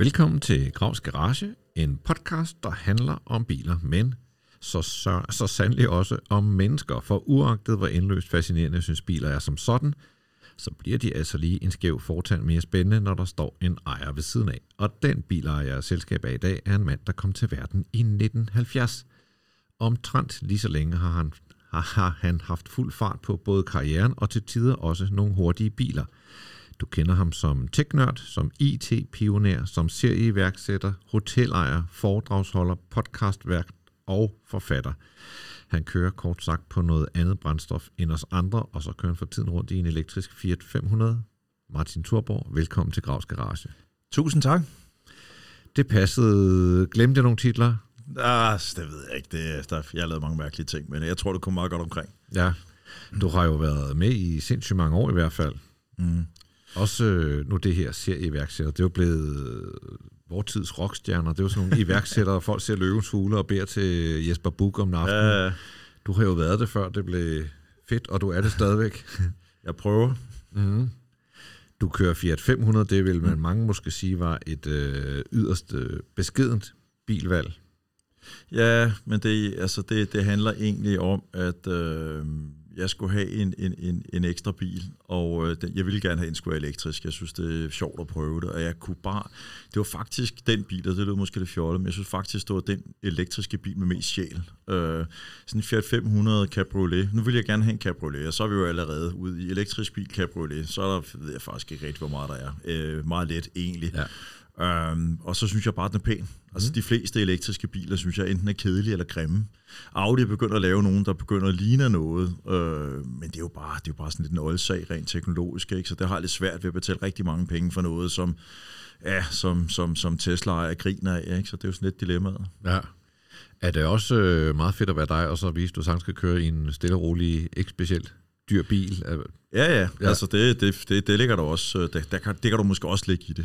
Velkommen til Gravs Garage, en podcast, der handler om biler, men så sandelig også om mennesker. For uagtet hvor indløst fascinerende jeg synes biler er som sådan, så bliver de altså lige en skæv fortand mere spændende, når der står en ejer ved siden af. Og den bilejer jeg er selskab af i dag er en mand, der kom til verden i 1970. Omtrent lige så længe har han haft fuld fart på både karrieren og til tider også nogle hurtige biler. Du kender ham som tech-nørd, som IT-pioner, som serieiværksætter, hotelejer, foredragsholder, podcastvært og forfatter. Han kører kort sagt på noget andet brændstof end os andre, og så kører han for tiden rundt i en elektrisk Fiat 500. Martin Thorborg, velkommen til Gravs Garage. Tusind tak. Det passede. Glemte jeg nogle titler? Det ved jeg ikke. Jeg har lavet mange mærkelige ting, men jeg tror, det kommer meget godt omkring. Ja, du har jo været med i sindssygt mange år i hvert fald. Mm. Også nu det her serieiværksætter, det er jo blevet vor tids rockstjerner. Det er jo sådan nogle iværksættere, folk ser Løvens Hule og beder til Jesper Buch om aftenen. Du har jo været det før, det blev fedt, og du er det stadigvæk. Jeg prøver. Mm. Du kører Fiat 500, det vil man mange måske sige var et yderst beskedent bilvalg. Ja, men det handler egentlig om, at jeg skulle have en ekstra bil, og jeg ville gerne have en skulle være elektrisk. Jeg synes, det er sjovt at prøve det, og jeg kunne bare... Det var faktisk den bil, og det lød måske lidt fjollet, men jeg synes faktisk, det var den elektriske bil med mest sjæl. Sådan en Fiat 500 Cabriolet. Nu vil jeg gerne have en Cabriolet, og så er vi jo allerede ude i elektrisk bil Cabriolet. Så er der, ved jeg faktisk ikke rigtig, hvor meget der er. Meget let egentlig. Ja. Og så synes jeg bare, den er pæn. Altså de fleste elektriske biler, synes jeg, enten er kedelige eller grimme. Audi begynder at lave nogen, der begynder at ligne noget, men det er jo bare sådan lidt en oldsag rent teknologisk, ikke? Så det har jeg lidt svært ved at betale rigtig mange penge for noget, som Tesla griner af, ikke? Så det er jo sådan lidt dilemmaet. Ja. Er det også meget fedt at være dig, og så vise, at du sagtens skal køre i en stille og rolig, ikke specielt dyr bil? Ja. Altså det ligger der også, det kan du måske også ligge i det.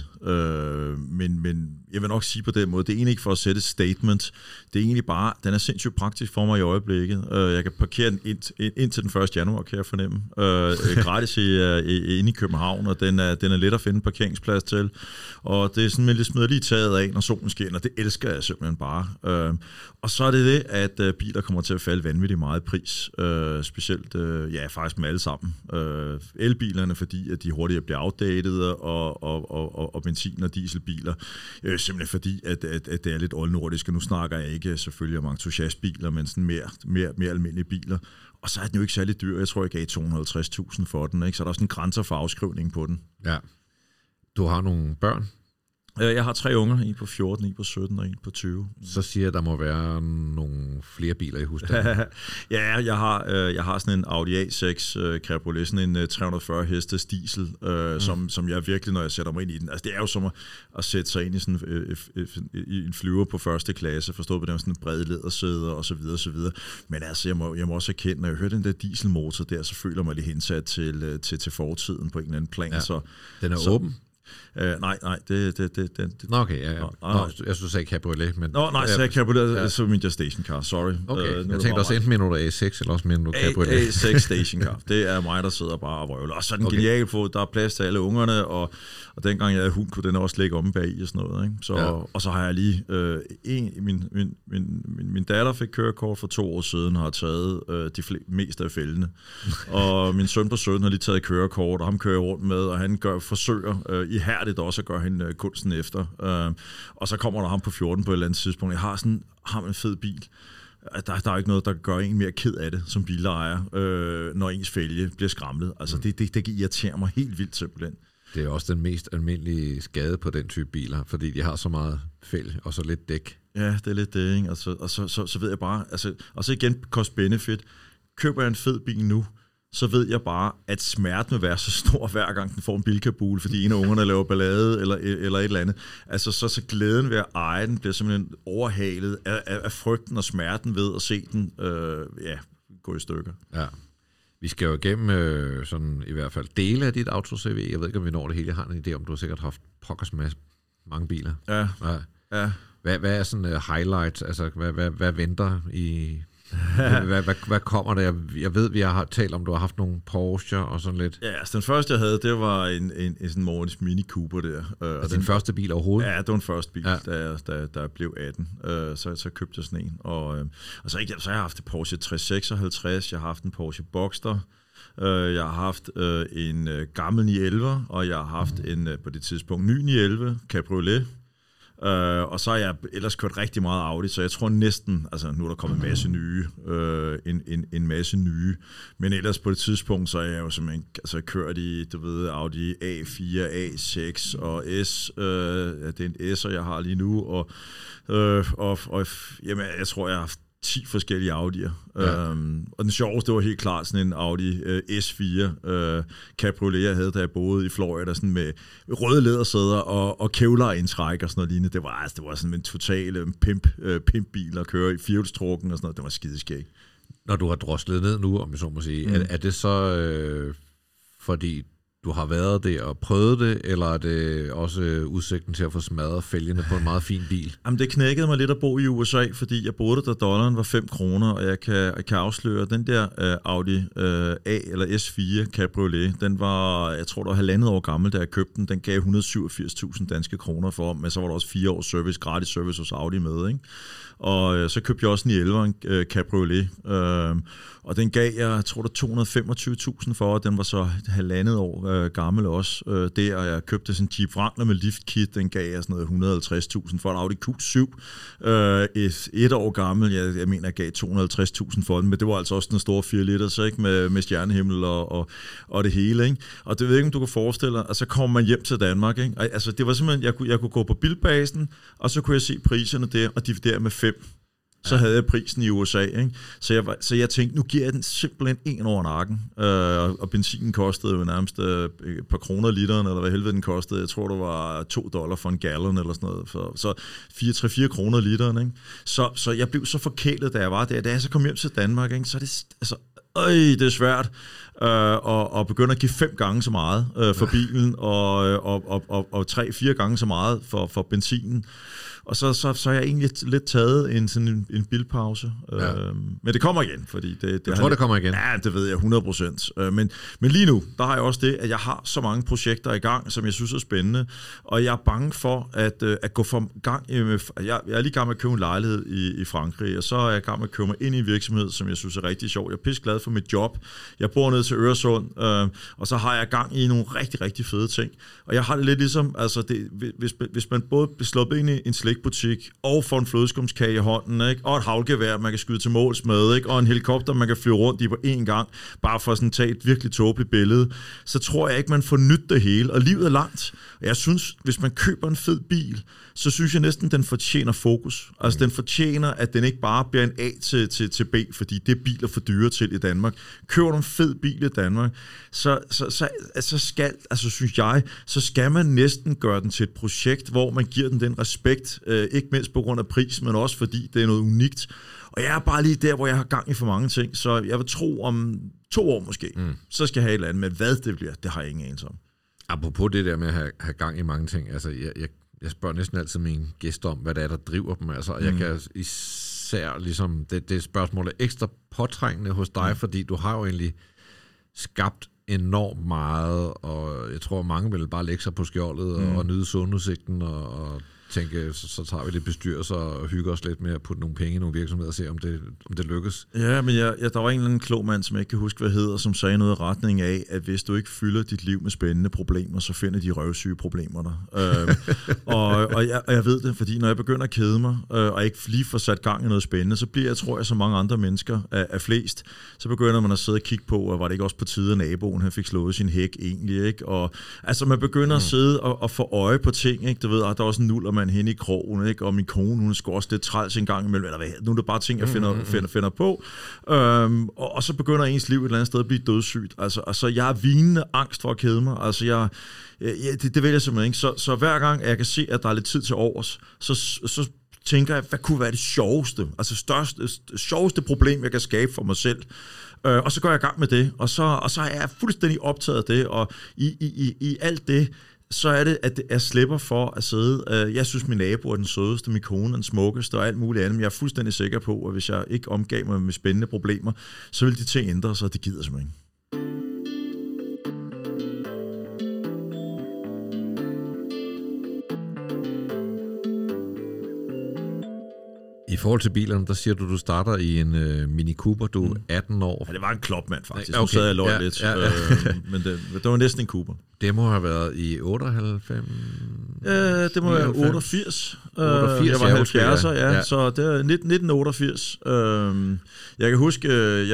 Men jeg vil nok sige på den måde, det er egentlig ikke for at sætte et statement, det er egentlig bare, den er sindssygt praktisk for mig i øjeblikket. Jeg kan parkere den ind til den 1. januar, kan jeg fornemme. Gratis inde i København, og den er let at finde parkeringsplads til. Og det er sådan, man smider lige taget af, når solen skinner. Det elsker jeg simpelthen bare. Og så er det, at biler kommer til at falde vanvittigt meget i pris. Specielt, faktisk med alle sammen. Elbilerne, fordi at de hurtigere bliver outdated, og benzin- og dieselbiler, simpelthen fordi, at det er lidt oldnordisk, og nu snakker jeg ikke selvfølgelig om entusiastbiler, men sådan mere almindelige biler. Og så er den jo ikke særlig dyr. Jeg tror, jeg gav 250.000 for den, ikke? Så der er sådan en grænser for afskrivning på den. Ja. Du har nogle børn? Jeg har 3 unger, en på 14, en på 17 og en på 20. Så siger jeg, at der må være nogle flere biler i husstanden. Ja, jeg har sådan en Audi A6 Cabriolet, sådan en 340 hestes diesel, som jeg virkelig, når jeg sætter mig ind i den, altså det er jo som at sætte sig ind i sådan en flyver på første klasse, forstået på dem, sådan en brede lædersæder og så videre. Men altså, jeg må også erkende, når jeg hører den der dieselmotor der, så føler jeg mig lidt hensat til fortiden på en eller anden plan. Ja. Så, den er åben? Nej, det... Nå, okay, ja. Jeg synes, du sagde Cabriolet, men... Nej, så Cabriolet, så min stationcar, sorry. Okay, jeg tænkte også enten med noget A6, eller også med noget Cabriolet. A6 stationcar, det er mig, der sidder bare og vrøvler. Og så er den genial på, der er plads til alle ungerne, og dengang jeg havde hund, kunne den også ligge omme bag i og sådan noget, ikke? Så, og så har jeg lige... Min datter fik kørekort for 2 år siden, har taget mest af fældene. Og min søn på 17 har lige taget kørekort, og ham kører rundt med, og han forsøger ihærdigt også at gøre hende kunsten efter. Og så kommer der ham på 14 på et eller andet tidspunkt. Jeg har en fed bil. Der er ikke noget, der gør en mere ked af det som bilejer, når ens fælge bliver skramlet. Altså det irriterer mig helt vildt simpelthen. Det er også den mest almindelige skade på den type biler, fordi de har så meget fælg og så lidt dæk. Ja, det er lidt det, ikke? Og så ved jeg bare, altså, og så igen cost-benefit. Køber jeg en fed bil nu, så ved jeg bare, at smerten vil være så stor, hver gang den får en bilkabule, fordi en af ungerne laver ballade eller et eller andet. Altså, så glæden ved at eje den bliver simpelthen overhalet af frygten og smerten ved at se den gå i stykker. Ja. Vi skal jo igennem sådan i hvert fald dele af dit auto-CV. Jeg ved ikke, om vi når det hele. Jeg har en idé om, du har sikkert haft pokkers mange biler. Ja. Hvad er sådan highlights? Altså, hvad venter i Hvad kommer der? Jeg ved, vi har talt om, du har haft nogle Porsche og sådan lidt. Ja, altså den første, jeg havde, det var en sådan Morris Mini Cooper der. Altså din første bil overhovedet? Ja, det var den første bil, da jeg blev 18. Så købte jeg sådan en. Og så har jeg haft en Porsche 356, jeg har haft en Porsche Boxster, jeg har haft en gammel 911, og jeg har haft en på det tidspunkt ny 911 Cabriolet. Og så har jeg ellers kørt rigtig meget Audi, så jeg tror næsten, altså nu er der kommet en masse nye, en masse nye, men ellers på det tidspunkt, så er jeg jo simpelthen kørt i, du ved, Audi A4, A6 og S, det er en S'er, jeg har lige nu, og jamen, jeg tror, jeg har haft 10 forskellige Audi'er. Ja. Og den sjoveste var helt klart sådan en Audi S4 Cabriolet, jeg havde, da jeg boede i Florida, sådan med røde lædersæder og Kevlar-indtræk og sådan noget lignende. Det var sådan en total pimpbil at køre i firehjulstrukken og sådan noget. Det var skideskæg. Når du har droslet ned nu, om jeg så må sige, er det så fordi du har været det og prøvet det, eller er det også udsigten til at få smadret fælgene på en meget fin bil? Jamen, det knækkede mig lidt at bo i USA, fordi jeg boede der, da dollaren var 5 kroner, og jeg kan afsløre, den der Audi A eller S4 Cabriolet, den var, jeg tror, det var 1,5 år gammel, da jeg købte den. Den gav 187.000 danske kroner for, men så var der også 4 års service, gratis service hos Audi med, ikke? Og så købte jeg også en 911 Cabriolet, og den gav jeg tror der 225.000 for, og den var så 1,5 år gammel også. Der, og jeg købte sådan en Jeep Wrangler med liftkit, den gav jeg sådan noget 150.000 for. En Audi Q7, et år gammel, jeg mener, jeg gav 250.000 for den, men det var altså også den store 4 liter, så ikke med stjernehimmel og det hele, ikke? Og det ved jeg ikke, om du kan forestille dig, og så kommer man hjem til Danmark, ikke? Altså, det var simpelthen, jeg kunne gå på bilbasen, og så kunne jeg se priserne der, og dividere med 5. Så havde jeg prisen i USA, ikke? Så jeg tænkte, nu giver jeg den simpelthen 1 over nakken. Og benzinen kostede jo nærmest et par kroner literen, eller hvad helvede den kostede. Jeg tror, det var $2 for en gallon, eller sådan noget. Så 3-4 kroner literen, ikke? Så jeg blev så forkælet, da jeg var der. Da jeg så kom hjem til Danmark, ikke? Så er det, altså, det er svært at begynde at give 5 gange så meget for bilen, og 3-4 gange så meget for benzinen. Og så har jeg egentlig lidt taget en bilpause. Ja. Men det kommer igen, fordi det kommer igen? Ja, det ved jeg 100%. Men lige nu, der har jeg også det, at jeg har så mange projekter i gang, som jeg synes er spændende, og jeg er bange for at gå for gang. Jeg er lige i gang med at købe en lejlighed i Frankrig, og så er jeg i gang med at købe mig ind i en virksomhed, som jeg synes er rigtig sjov. Jeg er pisseglad for mit job. Jeg bor ned til Øresund, og så har jeg gang i nogle rigtig, rigtig fede ting. Og jeg har det lidt ligesom, altså hvis man både slår ind i en slikbutik, og får en flødeskumskage i hånden, ikke? Og et havlgevær, man kan skyde til måls med, ikke? Og en helikopter, man kan flyve rundt i på én gang, bare for sådan at tage et virkelig tåbeligt billede, så tror jeg ikke, man får nyt det hele, og livet er langt. Og jeg synes, hvis man køber en fed bil, så synes jeg næsten, den fortjener fokus. Altså, den fortjener, at den ikke bare bliver en A til B, fordi det er biler for dyre til i Danmark. Køber du en fed bil i Danmark, så synes jeg, så skal man næsten gøre den til et projekt, hvor man giver den respekt, ikke mindst på grund af pris, men også fordi det er noget unikt. Og jeg er bare lige der, hvor jeg har gang i for mange ting, så jeg vil tro om 2 år måske, så skal jeg have et eller andet, men hvad det bliver, det har jeg ingen anelse om. Apropos det der med at have gang i mange ting, altså jeg spørger næsten altid mine gæster om, hvad det er, der driver dem. Altså, jeg kan især ligesom, det spørgsmål er ekstra påtrængende hos dig, fordi du har jo egentlig skabt enormt meget, og jeg tror, mange vil bare lægge sig på skjoldet og nyde sundudsigten og tænke, så tager vi lidt bestyrelse og hygger os lidt med at putte nogle penge i nogle virksomheder og se, om det lykkes. Ja, men der var en eller anden klog mand, som jeg ikke kan huske, hvad hedder, som sagde noget i retning af, at hvis du ikke fylder dit liv med spændende problemer, så finder de røvsyge problemer der. Og jeg ved det, fordi når jeg begynder at kede mig, og ikke lige får sat gang i noget spændende, så bliver jeg, tror jeg, så mange andre mennesker af flest, så begynder man at sidde og kigge på, og var det ikke også på tide, at naboen han fik slået sin hæk egentlig, ikke? Og altså, man begynder at sidde og få øje på ting, ikke? Du ved, der er også en nullermand hen i krogen, ikke? Og min kone, hun skal også lidt træls en gang imellem, eller hvad? Nu er det bare ting, jeg finder på. Og så begynder ens liv et eller andet sted at blive dødssygt. Altså jeg er vinende angst for at kede mig. Altså det vil jeg simpelthen ikke. Så hver gang jeg kan se, at der er lidt tid til overs, så tænker jeg, hvad kunne være det sjoveste, altså sjoveste problem, jeg kan skabe for mig selv. Og så går jeg i gang med det, og så er jeg fuldstændig optaget af det, og i alt det, så er det, at jeg slipper for at sidde. Jeg synes, min nabo er den sødeste, min kone er den smukkeste og alt muligt andet, men jeg er fuldstændig sikker på, at hvis jeg ikke omgav mig med spændende problemer, så vil de ting ændre sig, og det gider simpelthen ikke. I forhold til bilerne, der siger du starter i en Mini Cooper, du er 18 år. Ja, det var en Klopmand faktisk. Okay. Nu sad jeg løg lidt, men det var næsten en Cooper. Det må have været i 98? Det må være 88. 88, jeg var 70'er, ja. Så det er 1988. Jeg kan huske,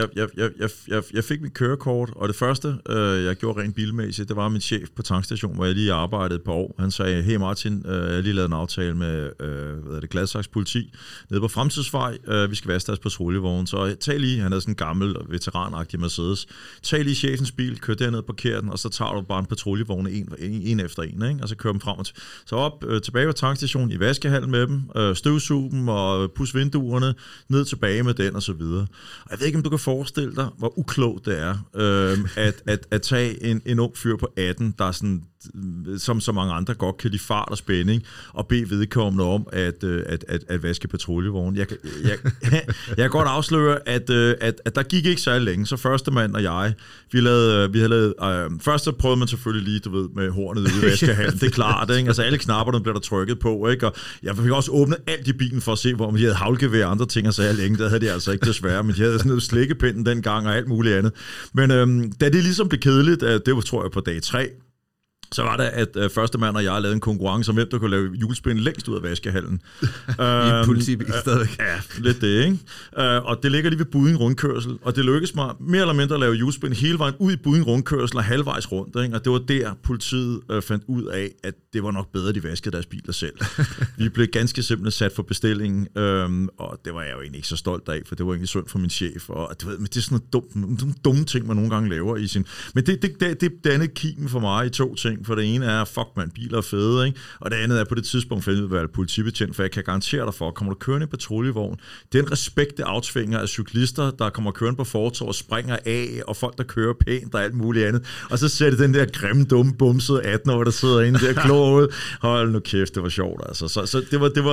jeg fik mit kørekort, og det første, jeg gjorde rent bilmæssigt, det var min chef på tankstation, hvor jeg lige arbejdede et par år. Han sagde, hey Martin, jeg har lige lavet en aftale med Gladsaxe politi nede på Fremtidsvej. Vi skal vaske deres patruljevogn, så tag lige, han havde sådan en gammel veteranagtig Mercedes, tag lige chefens bil, kør derned, parker den, og så tager du bare en patruljevogne en efter en, ikke? Og så kører dem frem og så op tilbage på tankstationen i vaskehallen med dem, støvsuge dem og pusse vinduerne, ned tilbage med den og så videre. Og jeg ved ikke, om du kan forestille dig, hvor uklogt det er, at tage en ung fyr på 18, der er sådan, som så mange andre godt kan lide fart og spænding, og bede vedkommende om at vaske patruljevognen. Jeg kan godt afsløre, at der gik ikke særlig længe, så første mand og jeg, vi havde lavet først så prøvede man selvfølgelig lige, du ved, med hornet ude i vaskehallen, det er klart, ikke? Altså alle knapperne blev der trykket på, ikke? Og jeg fik også åbnet alt i bilen for at se, hvor de havde havlgevær og andre ting, og så jeg længe, der havde de altså ikke desværre, men de havde sådan noget slikkepinden dengang og alt muligt andet. Men da det ligesom blev kedeligt, det var, tror jeg, på dag 3, så var det, at første mand og jeg lavede en konkurrence om, hvem der kunne lave julespind længst ud af vaskehallen. I politibil stadigvæk. Ja, lidt det, ikke? Og det ligger lige ved Budding Rundkørsel, og det lykkedes mig mere eller mindre at lave julespind hele vejen ud i Budding Rundkørsel og halvvejs rundt, ikke? Og det var der, politiet fandt ud af, at det var nok bedre, de vaskede deres biler selv. Vi blev ganske simpelthen sat for bestillingen, og det var jeg jo egentlig ikke så stolt af, for det var egentlig synd for min chef, og du ved, men det er sådan nogle dumme ting, man nogle gange laver i sin... Men det dannede kimen for mig i 2 ting. For det ene er, fuck man, biler er fede, ikke? Og det andet er på det tidspunkt finde ud af at være politibetjent, for jeg kan garantere dig for, kommer du kørende i patruljevogn, den respekt, det aftvinger af cyklister, der kommer kørende på fortov og springer af, og folk, der kører pænt og alt muligt andet, og så ser det den der grimme, dumme, bumsede 18-år, der sidder inde der kloge. Hold nu kæft, det var sjovt, altså. Så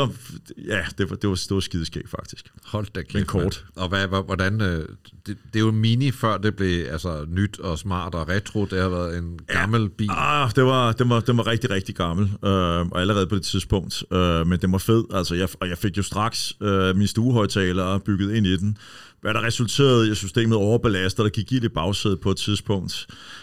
det var skideskægt, faktisk. Hold da kæft. Men kort. Og hvordan... Det er jo Mini, før det blev altså nyt og smart og retro. Det har været en gammel bil. Den var rigtig, rigtig gammel, og allerede på det tidspunkt, men den var fed. Altså, jeg fik jo straks mine stuehøjtalere bygget ind i den, hvad der resulterede i, at systemet overbelaster, der gik i det bagsæde på et tidspunkt.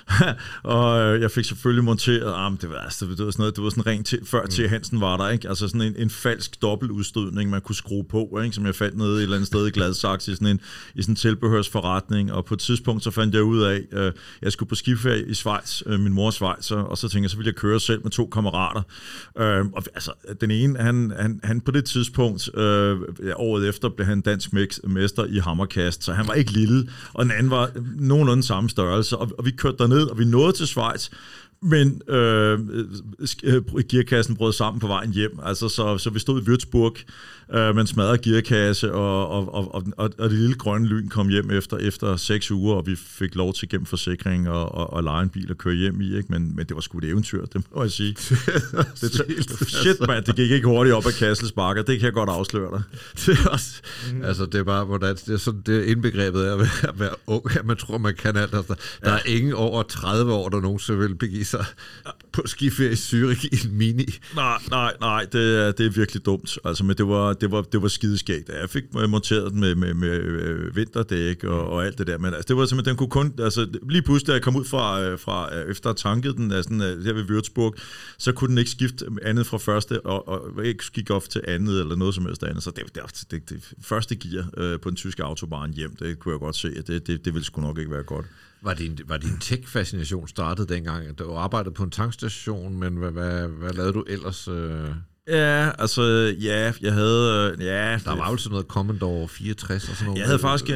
Og jeg fik selvfølgelig monteret, det var sådan noget, det var sådan rent før T. Hansen var der, ikke? Altså sådan en falsk dobbeltudstødning, man kunne skrue på, ikke? Som jeg fandt nede et eller andet sted i Gladsaxe i sådan en tilbehørsforretning, og på et tidspunkt så fandt jeg ud af, jeg skulle på skiferie i Schweiz, min mor er schweizer, og så tænkte jeg, så ville jeg køre selv med 2 kammerater. Og altså, den ene, han på det tidspunkt, året efter, blev han dansk mester i hammerkast, så han var ikke lille, og den anden var nogenlunde samme størrelse, og vi kørte derned, og vi nåede til Schweiz, men gearkassen brød sammen på vejen hjem. Altså, så vi stod i Würzburg med en smadret gearkasse, og det lille grønne lyn kom hjem efter 6 uger, og vi fik lov til gennem forsikring og lege en bil og køre hjem i, ikke? Men det var sgu et eventyr, det må jeg sige. Shit, man, det gik ikke hurtigt op ad Kassels bakker, det kan jeg godt afsløre dig. Det er også, altså, det er bare, hvordan det er sådan, det er indbegrebet af at være ung, at man tror, man kan alt. Altså, der er ingen over 30 år, der nogensinde vil begive sig på skiferie i Zürich i en Mini. Nej, det er virkelig dumt. Altså, men det var skideskægt. Jeg fik monteret den med vinterdæk og alt det der, men altså, det var simpelthen, den kunne kun, altså lige pludselig, da jeg kom ud fra efter at tanke den, altså, her ved Würzburg, så kunne den ikke skifte andet fra første, og ikke gik op til andet, eller noget som helst andet. Så det første gear på den tyske autobahn hjem, det kunne jeg godt se, at det ville sgu nok ikke være godt. Var din tech-fascination startet dengang? Du arbejdede på en tankstation, men hvad lavede du ellers Ja, altså, jeg havde... Der var jo sådan noget Commodore 64 og sådan noget. Jeg havde faktisk...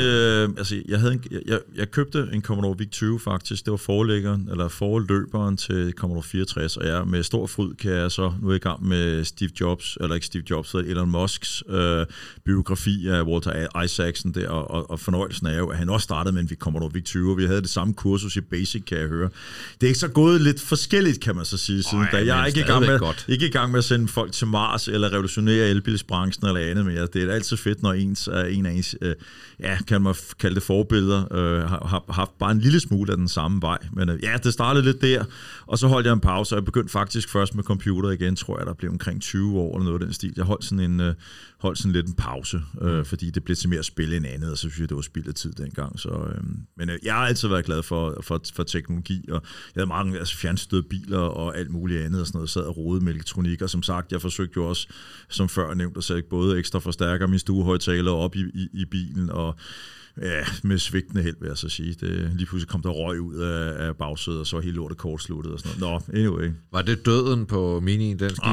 jeg købte en Commodore VIC-20 faktisk. Det var forløberen til Commodore 64, og med stor fryd kan jeg så... Nu er jeg i gang med Steve Jobs, eller ikke Steve Jobs, Elon Musks biografi af Walter Isaacson der, og fornøjelsen er jo, at han også startede med en Commodore VIC-20, og vi havde det samme kursus i Basic, kan jeg høre. Det er ikke så gået lidt forskelligt, kan man så sige, siden da. Jeg er ikke i gang med at sende folk til Mars, eller revolutionere elbilsbranchen eller andet mere. Det er altid fedt, når en af ens, kan man kalde det forbilleder, har haft bare en lille smule af den samme vej. Men det startede lidt der, og så holdt jeg en pause, og jeg begyndte faktisk først med computer igen, tror jeg, der blev omkring 20 år eller noget af den stil. Jeg holdt sådan lidt en pause, fordi det blev til mere at spille end andet, og så synes jeg, det var spild af tid dengang. Så, men jeg har altid været glad for teknologi, og jeg havde mange fjernstødte biler og alt muligt andet, og sådan noget, sad og rodede med elektronik, og som sagt, jeg forsøgte jo også, som før nævnt, at sætte både ekstra forstærker min stuehøjtaler op i bilen, og med svigtende held, vil jeg så sige. Lige pludselig kom der røg ud af bagsædet, og så var hele lortet kortsluttet og sådan noget. Nå, anyway. Var det døden på Mini, den skifte?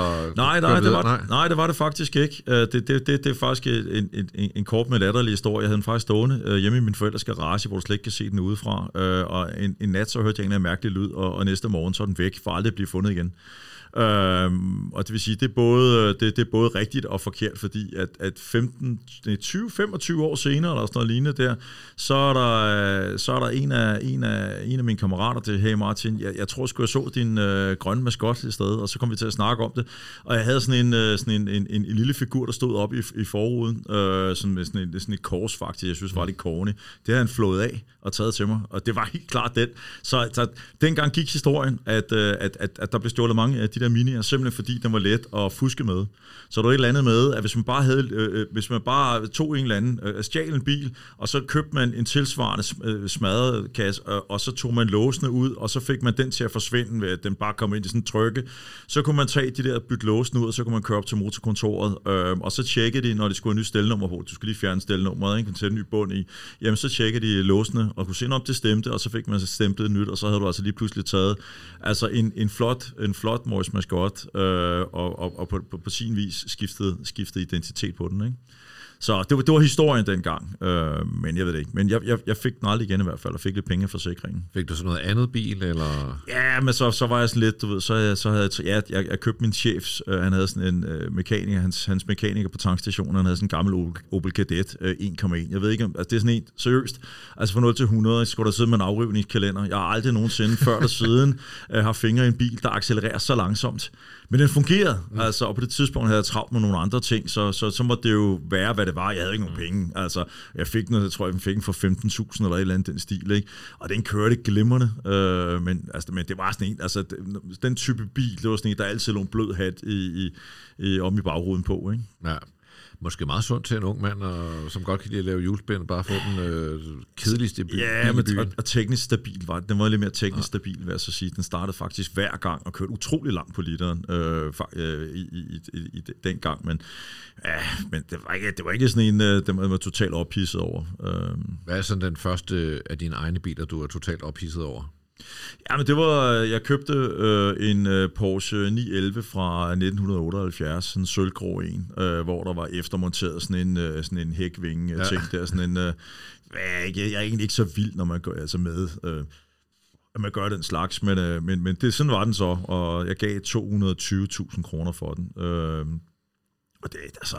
Nej, det var det faktisk ikke. Det er faktisk en kort med latterlig historie. Jeg havde den faktisk stående hjemme i min forældres garage, hvor du slet ikke kan se den udefra. Og en nat, så hørte jeg en mærkelig lyd, og næste morgen, så er den væk, for aldrig at blive fundet igen. Og det vil sige, det er både rigtigt og forkert, fordi at 20-25 år senere, eller sådan noget lignende der, så er der en af mine kammerater til, hey Martin, jeg tror sgu jeg så din grønne maskot et sted, og så kom vi til at snakke om det, og jeg havde sådan en lille figur, der stod op i forruden, sådan et kors faktisk, jeg synes var lidt corny. Det havde han flået af og taget til mig, og det var helt klart den. Så dengang gik historien, at der blev stjålet mange af de der minier, simpelthen fordi den var let at fuske med. Så der var et eller andet med, at hvis man bare tog en eller anden, stjal en bil, og så købte man en tilsvarende smadret kasse, og så tog man låsene ud, og så fik man den til at forsvinde ved, at den bare kom ind i sådan en trykke. Så kunne man tage de der, bytte låsene ud, og så kunne man køre op til motorkontoret, og så tjekkede de, når de skulle have nyt stelnummer på, du skulle lige fjerne stelnummeret, ikke? Kan sætte en ny bund i, jamen så tjekkede de låsene, og kunne se, om det stemte, og så fik man så stemplet nyt, og så havde du altså lige pludselig taget altså en flot Morris Mascot, og på sin vis skiftede identitet på den, ikke? Så det var historien dengang, men jeg ved det ikke. Men jeg fik den aldrig igen i hvert fald, og fik lidt penge af forsikringen. Fik du så noget andet bil, eller? Ja, men så var jeg sådan lidt, du ved, så havde jeg købte min chefs, han havde sådan en mekaniker, hans mekaniker på tankstationen, han havde sådan en gammel Opel Kadett 1,1. Jeg ved ikke, altså det er sådan en, seriøst, altså fra 0 til 100, skulle der sidde med en afrivningskalender. Jeg har aldrig nogensinde før eller siden haft fingre i en bil, der accelererer så langsomt. Men den fungerede, altså, og på det tidspunkt havde jeg travlt med nogle andre ting, så måtte det jo være, hvad det var. Jeg havde ikke nogen penge. Altså, jeg fik noget, jeg tror, jeg fik den for 15.000 eller et eller andet den stil, ikke? Og den kørte glimrende, men det var sådan en, altså, den type bil, det var sådan en, der altid lå en blød hat om i bagruden på, ikke? Ja. Måske meget sundt til en ung mand, som godt kan lide at lave hjulspænd, bare få den kedeligste bil. Ja, og teknisk stabil var den. Den var lidt mere teknisk stabil, vil jeg så sige. Den startede faktisk hver gang og kørte utrolig langt på literen i den gang. Men det var ikke sådan en, den var totalt ophidset over. Hvad er sådan den første af dine egne biler, du er totalt ophidset over? Ja, men det var, jeg købte en Porsche 911 fra 1978, en sølvgrå en, hvor der var eftermonteret sådan en hækvinge ting der, sådan en, jeg er egentlig ikke så vild, når man går altså med, at man gør den slags, men det, sådan var den så, og jeg gav 220.000 kroner for den. Og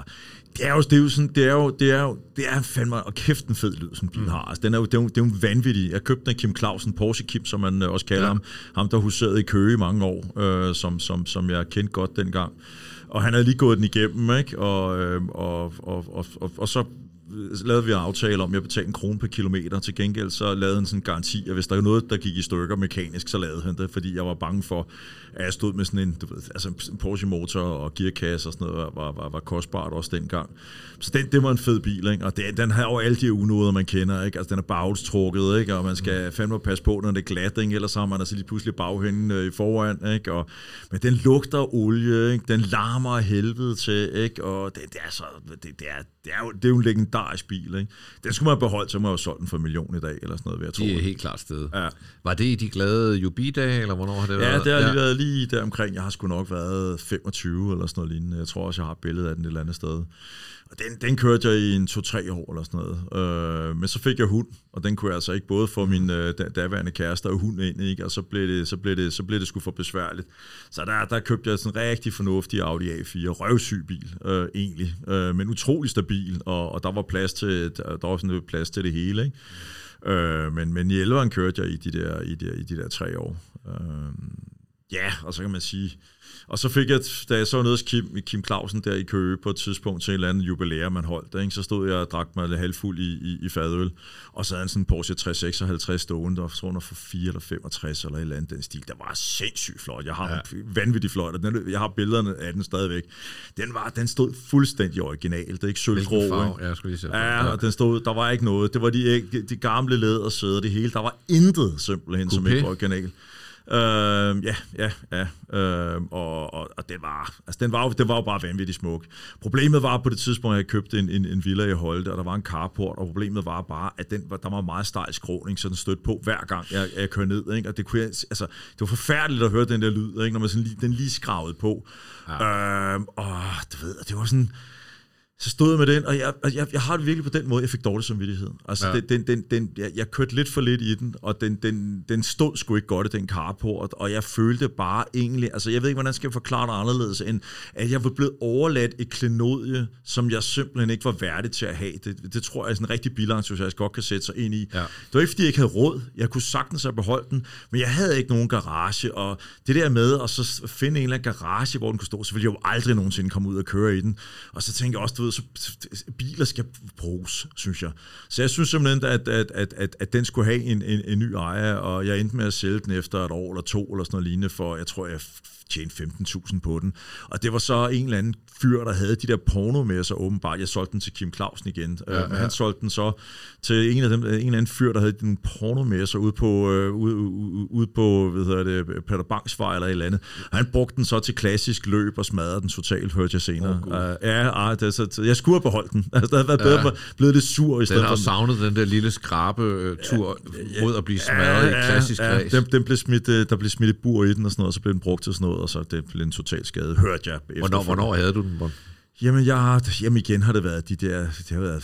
det er fandme, og kæft en fed lyd, sådan en bil har. Altså, det er jo en vanvittig. Jeg købte den af Kim Clausen, Porsche Kim, som man også kalder ham, der huserede i Køge i mange år, som jeg kendte godt dengang. Og han havde lige gået den igennem, ikke? Og så lavede vi en aftale om, at jeg betalte 1 krone per kilometer. Til gengæld så lavede han sådan en garanti, at hvis der var noget, der gik i stykker mekanisk, så lavede han det, fordi jeg var bange for, at jeg stod med sådan en, du ved, altså en Porsche-motor og gearkasse og sådan noget, var kostbart også dengang. Så det var en fed bil, ikke? Og den har jo alle de unoder, man kender, ikke? Altså den er bagtrukket, ikke? Og man skal fandme passe på, når det er glat, ikke? Ellers har man altså lige pludselig baghænden i foran, ikke? Men den lugter olie, ikke? Den larmer af helvede til, ikke? Og det det er jo en legendarisk bil, ikke? Den skulle man have beholdt, så må jeg jo solgt den for 1 million i dag, eller sådan noget, ved jeg tror. Det er helt klart sted. Ja. Var det i de glade Jubi-dage, eller hvornår har det været? Ja, det har lige været lige der omkring. Jeg har sgu nok været 25 eller sådan noget lignende. Jeg tror også, jeg har et billede af den et eller andet sted. Og den kørte jeg i en 2-3 år eller sådan noget. Men så fik jeg hund, og den kunne jeg altså ikke både få min daværende kæreste og hund ind, ikke? Og så blev det sgu for besværligt. Så der købte jeg sådan en rigtig fornuftig Audi A4, røvsyg bil egentlig, men utrolig stabil, og der var sådan plads til det hele, ikke? Men i 11'eren kørte jeg i de der 3 år. Ja, og så kan man sige... Og så fik jeg, da jeg så noget hos Kim Clausen der i Køge på et tidspunkt til en eller anden jubilæum, man holdt, ikke? Så stod jeg og drak mig lidt halvfuld i fadøl, og så havde en sådan Porsche 356 stående, og tror for 4 eller 65 eller et eller andet den stil. Der var sindssygt flot. Jeg har vanvittigt flot, og jeg har billederne af den stadigvæk. Den stod fuldstændig originalt, det er ikke sølvgrå. Og den stod, der var ikke noget. Det var de gamle lædersæder, det hele. Der var intet simpelthen, som ikke var original. Og den var jo bare vanvittigt smuk. Problemet var på det tidspunkt, at jeg købte en villa i Holte, og der var en carport, og problemet var bare, at der var meget stejl skråning, så den stødte på hver gang jeg kørte ned, ikke? Og det var forfærdeligt at høre den der lyd, ikke? Når man sådan den lige skravede på. Ja. Og du ved, det var sådan... Så stod jeg med den, og jeg har det virkelig på den måde, jeg fik dårlig samvittighed. Altså, jeg kørte lidt for lidt i den, og den stod sgu ikke godt i den carport, og jeg følte bare egentlig, altså jeg ved ikke, hvordan skal jeg forklare det anderledes, end at jeg var blevet overladt et klenodie, som jeg simpelthen ikke var værdig til at have. Det tror jeg er sådan en rigtig bilentusiast godt kan sætte sig ind i. Ja. Det var ikke, fordi jeg ikke havde råd. Jeg kunne sagtens have beholdt den, men jeg havde ikke nogen garage, og det der med at så finde en eller anden garage, hvor den kunne stå, så ville jeg jo aldrig nogensinde komme ud og køre i den. Og så tænker jeg også, så biler skal bruges, synes jeg. Så jeg synes simpelthen, at den skulle have en ny ejer, og jeg endte med at sælge den efter 1 år eller 2 eller sådan noget lignende, for jeg tror, jeg tjente 15.000 på den. Og det var så en eller anden fyr, der havde de der porno med sig åbenbart. Jeg solgte den til Kim Clausen igen. Ja. Han solgte den så til en eller anden fyr, der havde den porno med sig ude på Peter Bangs Vej eller et eller andet. Og han brugte den så til klassisk løb og smadrede den totalt, hørte jeg senere. Jeg skulle have beholdt den. Altså, det havde været bedre, blevet det sur i stedet. Den har savnet den der lille skrabe-tur mod at blive smadret i klassisk race. Der blev smidt et bur i den og sådan noget, og så blev den brugt til sådan noget, og så det blev en total skade, hørte jeg. Hvornår havde du den, Bon? Jamen igen har det været det har været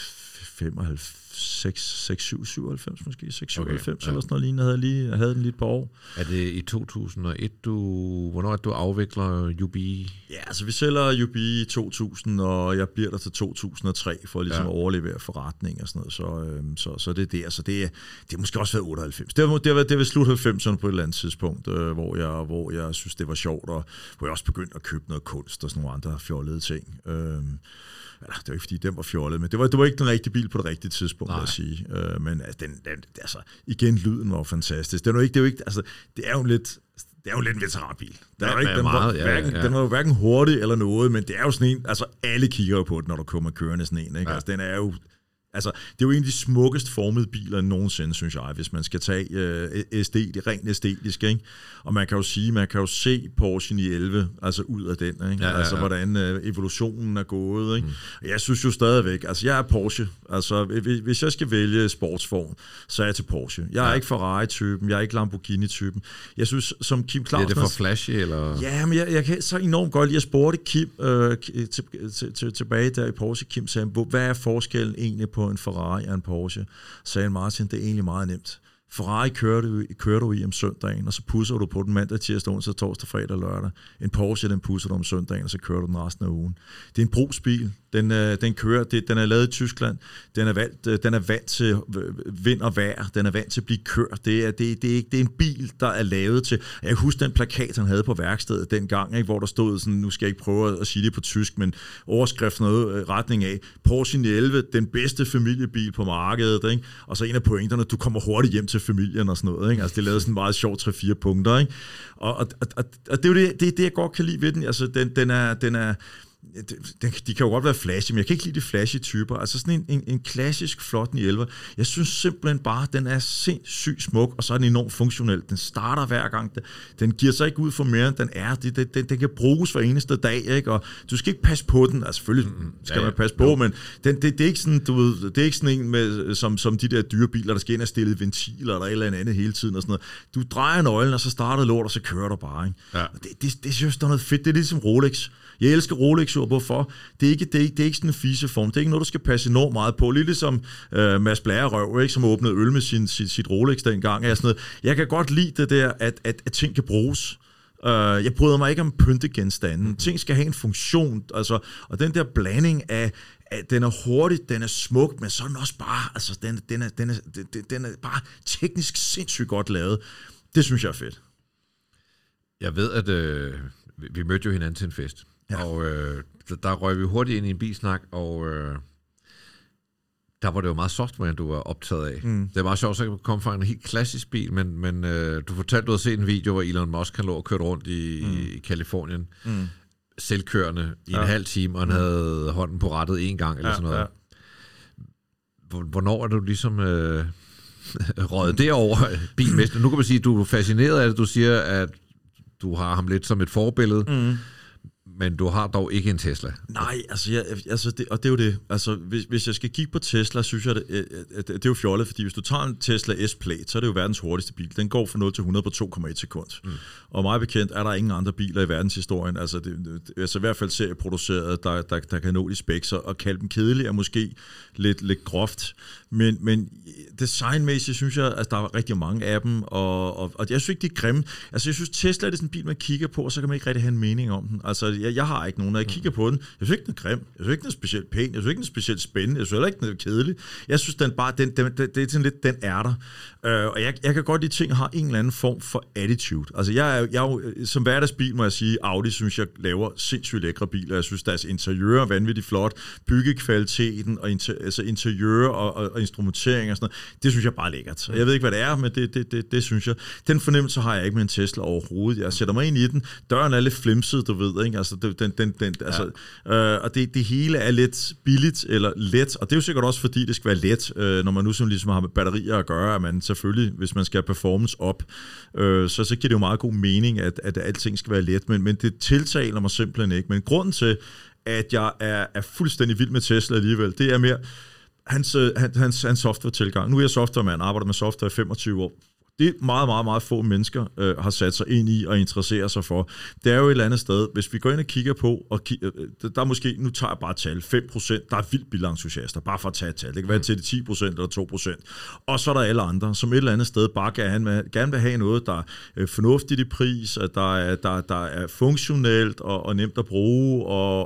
97 måske, 96 eller sådan noget lignende, jeg havde den lige et par år. Er det i 2001, hvornår du afvikler Jubi? Ja, altså vi sælger Jubi i 2000, og jeg bliver der til 2003, for ligesom at overlevere forretning og sådan noget, så det er der, så det er måske også været 98. Det har været slut 90'erne på et eller andet tidspunkt, hvor jeg synes, det var sjovt, og hvor jeg også begyndte at købe noget kunst og sådan nogle andre fjollede ting. Det var ikke fordi, den var fjollet, men det var ikke den rigtige bil på det rigtige tidspunkt, vil jeg sige. Men altså, igen, lyden var fantastisk. Det er jo lidt en veteranbil. Den var jo hverken hurtig eller noget, men det er jo sådan en, altså alle kigger jo på den, når du kommer kørende sådan en, ikke? Ja. Altså, den er jo... Altså, det er jo en af de smukkest formede biler nogensinde, synes jeg, hvis man skal tage det rent æstetisk, ikke? Og man kan jo se Porsche 911 altså ud af den, ikke? Altså, hvordan evolutionen er gået, ikke? Jeg synes jo stadigvæk, altså jeg er Porsche, altså hvis jeg skal vælge sportsform, så er jeg til Porsche. Jeg er ikke Ferrari-typen, jeg er ikke Lamborghini-typen. Jeg synes, som Kim Clausen... Er det for flashy, eller...? Ja, men jeg kan så enormt godt lide at spurgte Kim tilbage der i Porsche. Kim sagde, hvad er forskellen egentlig på en Ferrari og en Porsche? Sagde Martin, det er egentlig meget nemt. Ferrari kører du i om søndagen, og så pusser du på den mandag, tirsdag, onsdag, torsdag, fredag og lørdag. En Porsche, den pusser du om søndagen, og så kører du den resten af ugen. Det er en brugsbil. Den kører, den er lavet i Tyskland. Den er vant til vind og vejr. Den er vant til at blive kørt. Det er en bil, der er lavet til... Jeg husker den plakat, han havde på værkstedet dengang, ikke, hvor der stod sådan, nu skal jeg ikke prøve at sige det på tysk, men overskriften noget retning af Porsche 911, den bedste familiebil på markedet, ikke? Og så en af pointerne, du kommer hurtigt hjem til familien og sådan noget, ikke? Altså det lavede sådan meget sjovt 3-4 punkter, ikke? Og det er jo det, jeg godt kan lide ved den. Altså den er de kan jo godt være flashy, men jeg kan ikke lide de flashy typer. Altså sådan en klassisk flot 911. Jeg synes simpelthen bare, den er sindssygt smuk, og så er den enormt funktionel. Den starter hver gang. Den giver sig ikke ud for mere, end den er. Den kan bruges hver eneste dag, ikke? Og du skal ikke passe på den. Altså selvfølgelig skal man passe på, men det er ikke sådan, du ved, det er ikke sådan en med, som de der dyre biler, der skal ind og stille ventiler eller et eller andet hele tiden og sådan noget. Du drejer nøglen, og så starter lort, og så kører du bare, ikke? Ja. Det synes jeg er noget fedt. Det er ligesom Rolex. Jeg elsker Rolex, hvorfor? Det er ikke sådan en fiseform. Det er ikke noget, du skal passe enormt meget på. Lidt ligesom Mads Blære-røv, ikke, som åbnede øl med sit Rolex dengang. Jeg kan godt lide det der, at ting kan bruges. Jeg bryder mig ikke om pyntegenstanden. Ting skal have en funktion. Altså, og den der blanding af den er hurtig, den er smuk, men så er den også bare, altså, den er bare teknisk sindssygt godt lavet. Det synes jeg er fedt. Jeg ved, at vi mødte jo hinanden til en fest. Ja. Og der røg vi hurtigt ind i en bilsnak, og der var det jo meget software, du var optaget af. Det var meget sjovt, så jeg kom fra en helt klassisk bil, men du fortalte, du havde set en video, hvor Elon Musk han lå og kørte rundt i Kalifornien, selvkørende i en halv time, og han havde hånden på rattet en gang, eller sådan noget. Ja. Hvornår er du ligesom røget derover bilmester? Nu kan man sige, at du er fascineret af det. Du siger, at du har ham lidt som et forbillede. Men du har dog ikke en Tesla. Nej, altså, og det er jo det. Altså, hvis jeg skal kigge på Tesla, synes jeg, det er jo fjollet, fordi hvis du tager en Tesla S-Plate, så er det jo verdens hurtigste bil. Den går fra 0 til 100 på 2,1 sekund. Og meget bekendt er der ingen andre biler i verdenshistorien, altså i hvert fald serieproduceret, der kan nå de specs, og kalde dem kedelige er måske lidt groft. Men designmæssigt synes jeg, at der er rigtig mange af dem, og jeg synes ikke, de er grimme. Altså, jeg synes, Tesla er det sådan en bil, man kigger på, og så kan man ikke rigtig have en mening om den. Altså, jeg har ikke nogen, når jeg kigger på den. Jeg synes ikke, den er grim. Jeg synes ikke, den er specielt pæn. Jeg synes ikke, den er specielt spændende. Jeg synes heller ikke, den er kedelig. Jeg synes, den bare, det er sådan lidt, den er der. Og jeg kan godt lide ting, har en eller anden form for attitude. Altså, jeg er som hverdagsbil, må jeg sige, Audi synes jeg laver sindssygt lækre biler. Jeg synes, deres interiør er vanvittigt flot. Byggekvaliteten og interiør og instrumentering og sådan noget, det synes jeg bare er lækkert. Jeg ved ikke, hvad det er, men det synes jeg. Den fornemmelse har jeg ikke med en Tesla overhovedet. Jeg sætter mig ind i den. Døren er lidt flimset, du ved, ikke? Altså, og det hele er lidt billigt eller let, og det er jo sikkert også, fordi det skal være let, når man nu sådan ligesom har med batterier at gøre, at man selvfølgelig, hvis man skal have performance op, så giver det jo meget god mening, at alting skal være let, men det tiltaler mig simpelthen ikke. Men grunden til, at jeg er fuldstændig vild med Tesla alligevel, det er mere hans software-tilgang. Nu er jeg softwaremand, arbejder med software i 25 år. Det meget, meget, meget få mennesker har sat sig ind i og interesserer sig for. Det er jo et eller andet sted. Hvis vi går ind og kigger på, der er måske, nu tager jeg bare tal, 5%, der er vildt bilentusiaster, bare for at tage et tal. Det kan være til de 10% eller 2%. Og så er der alle andre, som et eller andet sted bare gerne vil have noget, der er fornuftigt i pris, at der er funktionelt og nemt at bruge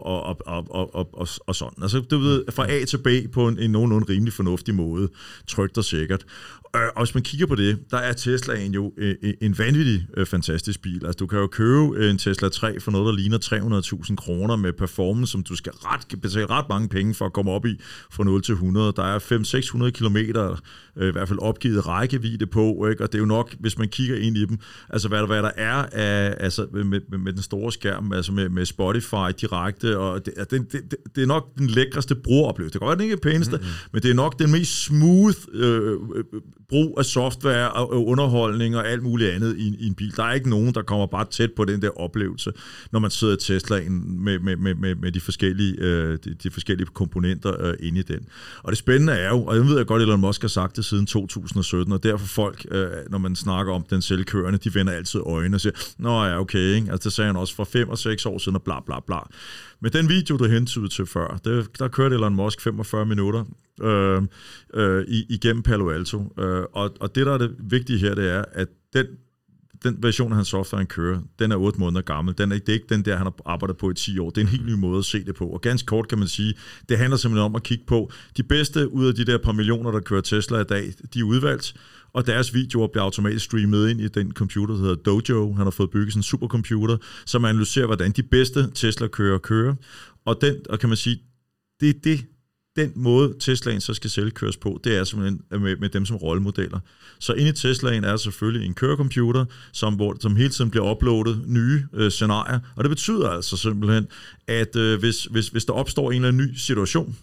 og sådan. Altså, du ved, fra A til B på en nogenlunde rimelig fornuftig måde. Trygt og sikkert. Og hvis man kigger på det, der er Teslaen jo en vanvittig fantastisk bil. Altså, du kan jo købe en Tesla 3 for noget, der ligner 300.000 kroner med performance, som du skal betale ret mange penge for at komme op i fra 0 til 100. Der er 500-600 kilometer, i hvert fald opgivet rækkevidde på, ikke? Og det er jo nok, hvis man kigger ind i dem, altså hvad der er af, altså med den store skærm, altså med Spotify direkte, og det er nok den lækreste brugeroplevelse. Det kan godt være, den ikke er pæneste, men det er nok den mest smooth brug af software og underholdning og alt muligt andet i en bil. Der er ikke nogen, der kommer bare tæt på den der oplevelse, når man sidder i Teslaen med de forskellige komponenter inde i den. Og det spændende er jo, og jeg ved godt, Elon Musk har sagt det siden 2017, og derfor folk, når man snakker om den selvkørende, de vender altid øjnene og siger, nå ja, okay, ikke? Altså det sagde han også for 5 og 6 år siden, og bla bla bla. Men den video, du hentede til før, der kørte Elon Musk 45 minutter igennem Palo Alto. Og det, der er det vigtige her, det er, at den version af hans software, han kører, den er 8 måneder gammel. Det er ikke den der, han har arbejdet på i 10 år. Det er en helt ny måde at se det på. Og ganske kort kan man sige, det handler simpelthen om at kigge på de bedste ud af de der par millioner, der kører Tesla i dag. De er udvalgt, og deres videoer bliver automatisk streamet ind i den computer, der hedder Dojo. Han har fået bygget sådan en supercomputer, som analyserer, hvordan de bedste Tesla-kører kører. Og kan man sige, det er det, den måde, Teslaen så skal selvkøres på, det er simpelthen med dem som rollemodeller. Så inde i Teslaen er selvfølgelig en kørecomputer, som hele tiden bliver uploadet nye scenarier, og det betyder altså simpelthen, at hvis der opstår en eller anden ny situation,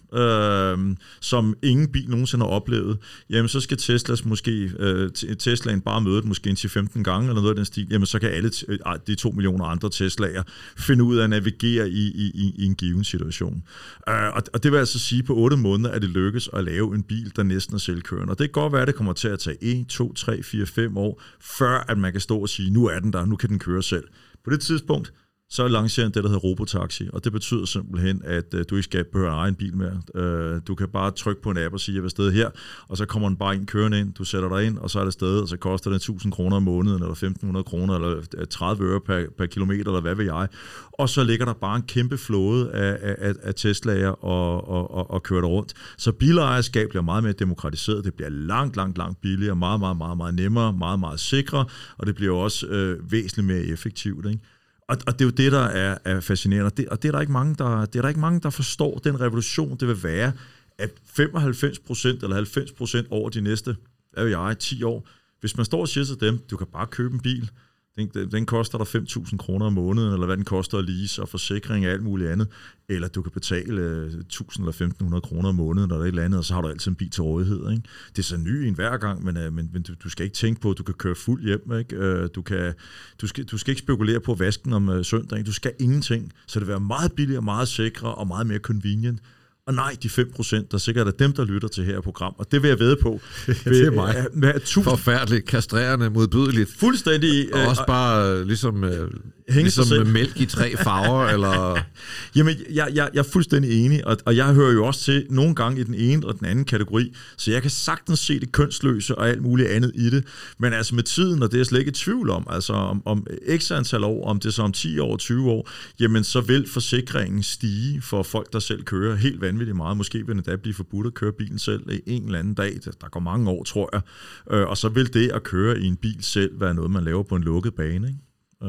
som ingen bil nogensinde har oplevet, jamen så skal Teslaen bare møde det måske 10-15 gange, eller noget af den stil, jamen så kan alle de 2 millioner andre Teslaer finde ud af at navigere i en given situation. Og det vil altså sige, på 8 måneder er det lykkes at lave en bil, der næsten er selvkørende. Og det kan godt være, at det kommer til at tage 1, 2, 3, 4, 5 år, før at man kan stå og sige, nu er den der, nu kan den køre selv. På det tidspunkt, så lancerer det, der hedder robotaxi, og det betyder simpelthen, at du ikke skal behøve at eje en bil mere. Du kan bare trykke på en app og sige, jeg vil afsted her, og så kommer den bare ind kørende ind, du sætter dig ind, og så er det afsted, og så koster det 1.000 kroner om måneden, eller 1.500 kroner, eller 30 øre per kilometer, eller hvad ved jeg. Og så ligger der bare en kæmpe flåde af Teslaer og kører der rundt. Så bilejerskab bliver meget mere demokratiseret, det bliver langt billigere, meget nemmere, meget sikre, og det bliver også væsentligt mere effektivt, ikke? Og det er jo det, der er fascinerende, og det er der ikke mange, der forstår den revolution, det vil være, at 95% eller 90% over de næste 10 år, hvis man står og siger til dem, du kan bare købe en bil, den koster dig 5.000 kroner om måneden, eller hvad den koster at lease og forsikring og alt muligt andet, eller du kan betale 1.000 eller 1.500 kroner om måneden, eller et eller andet, og så har du altid en bil til rådighed. Ikke? Det er så ny en hver gang, men du skal ikke tænke på, at du kan køre fuld hjem. Ikke? Du skal ikke spekulere på vasken om søndag. Du skal ingenting, så det vil være meget billigere, meget sikre og meget mere convenient. Og nej, de 5%, der sikkert er dem, der lytter til her program, og det vil jeg vædde på. Det er mig. Forfærdeligt, kastrerende, modbydeligt. Fuldstændig. Og også bare ligesom med mælk i 3 farver, eller... Jamen, jeg er fuldstændig enig, og jeg hører jo også til nogle gange i den ene og den anden kategori, så jeg kan sagtens se det kønsløse og alt muligt andet i det, men altså med tiden, og det er jeg slet ikke i tvivl om, altså om x antal år, om det så om 10 år, 20 år, jamen så vil forsikringen stige for folk, der selv kører helt vanvittigt meget. Måske vil det da blive forbudt at køre bilen selv en eller anden dag, der går mange år, tror jeg, og så vil det at køre i en bil selv være noget, man laver på en lukket bane, ikke?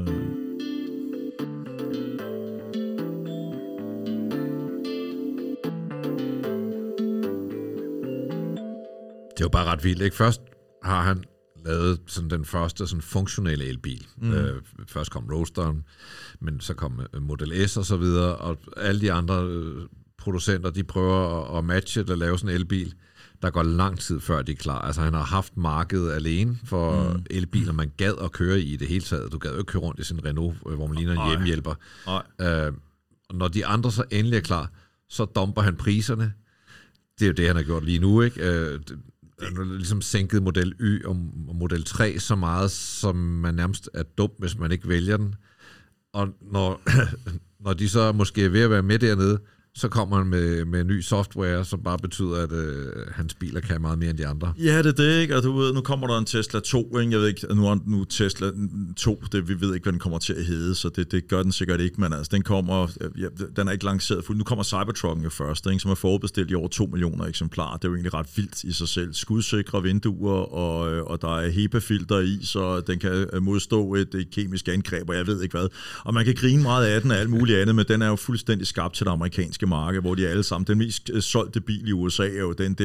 Det er jo bare ret vildt, ikke? Først har han lavet sådan den første sådan funktionelle elbil. Først kom Roadsteren, men så kom Model S og så videre, og alle de andre producenter, de prøver at matche det og lave sådan en elbil. Der går lang tid før de er klar. Altså han har haft markedet alene for elbiler, man gad at køre i det hele taget. Du gad jo ikke køre rundt i sin Renault, hvor man ligner en hjemmehjælper. Når de andre så endelig er klar, så dumper han priserne. Det er jo det, han har gjort lige nu, ikke? Han har ligesom sænket Model Y og Model 3 så meget, som man nærmest er dum, hvis man ikke vælger den. Og når de så måske er ved at være med dernede, så kommer han med ny software, som bare betyder, at hans biler kan meget mere end de andre. Ja, det er det, ikke? Og du ved, nu kommer der en Tesla 2, ikke? Jeg ved ikke, nu Tesla 2, vi ved ikke, hvad den kommer til at hedde, så det gør den sikkert ikke, men altså, den er ikke lanceret fuldt. Nu kommer Cybertrucken jo først, ikke? Som er forudbestilt i over 2 millioner eksemplarer. Det er jo egentlig ret vildt i sig selv. Skudsikre vinduer, og der er HEPA-filter i, så den kan modstå et kemisk angreb, og jeg ved ikke hvad. Og man kan grine meget af den og alt muligt andet, men den er jo fuldstændig skabt til det amerikanske marked, hvor de alle sammen, den mest solgte bil i USA er jo den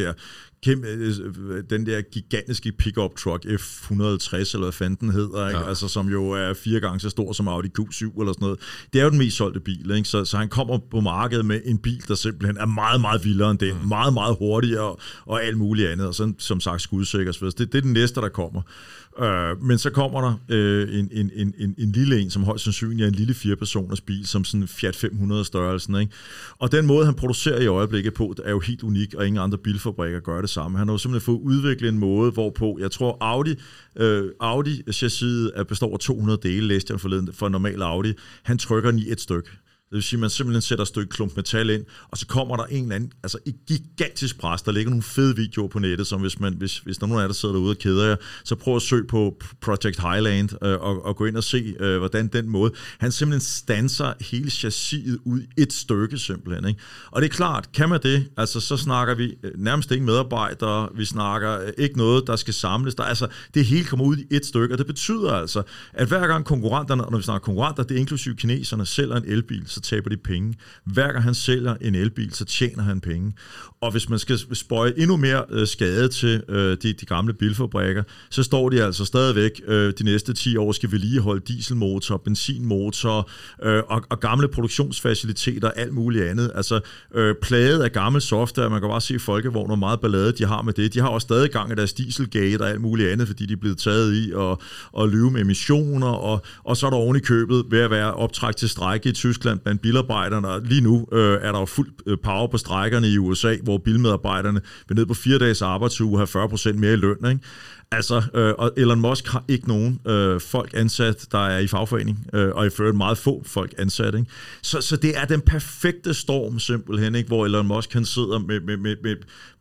der gigantiske pickup truck F150, eller hvad fanden den hedder, ikke? Ja. Altså, som jo er 4 gange så stor som Audi Q7 eller sådan noget. Det er jo den mest solgte bil, ikke? Så han kommer på markedet med en bil, der simpelthen er meget, meget vildere end den, meget, meget hurtigere og alt muligt andet, og sådan, som sagt skudsikker. Det er den næste, der kommer. Men så kommer der en lille en, som højst sandsynligt er en lille 4-personers bil, som sådan Fiat 500 størrelsen, ikke? Og den måde, han producerer i øjeblikket på, er jo helt unik, og ingen andre bilfabrikker gør det samme. Han har jo simpelthen fået udviklet en måde, hvorpå, jeg tror Audi chassiset består af 200 dele, læste jeg forleden, for en normal Audi. Han trykker den i et stykke. Det vil sige, at man simpelthen sætter et stykke klump metal ind, og så kommer der en eller anden, altså et gigantisk pres. Der ligger nogle fede videoer på nettet, som hvis der er nogen af jer, der sidder derude og keder jer, så prøv at søge på Project Highland og gå ind og se, hvordan den måde. Han simpelthen standser hele chassiset ud i et stykke simpelthen, ikke? Og det er klart, kan man det, altså så snakker vi nærmest ikke medarbejdere, vi snakker ikke noget, der skal samles. Altså, det hele kommer ud i et stykke, og det betyder altså, at hver gang konkurrenterne, og når vi snakker konkurrenter, det er inklusive kineserne, sælger en elbil, så taber de penge. Hver gang han sælger en elbil, så tjener han penge. Og hvis man skal spøje endnu mere skade til de gamle bilfabrikker, så står de altså stadigvæk de næste 10 år skal vedligeholde dieselmotor, benzinmotor og gamle produktionsfaciliteter og alt muligt andet. Altså plaget af gammel software, man kan bare se Folkevogn og meget ballade, de har med det. De har også stadig gang i deres dieselgate og alt muligt andet, fordi de er blevet taget i og lyve med emissioner, og så er der oven i købet ved at være optræk til strejke i Tyskland blandt bilarbejderne, og lige nu er der jo fuld power på strejkerne i USA, hvor bilmedarbejderne vil ned på 4 dages arbejdsuge have 40% mere i løn, ikke? Altså, og Elon Musk har ikke nogen folk ansat, der er i fagforening, og i ført meget få folk ansat, ikke? Så det er den perfekte storm simpelthen, ikke? Hvor Elon Musk han sidder med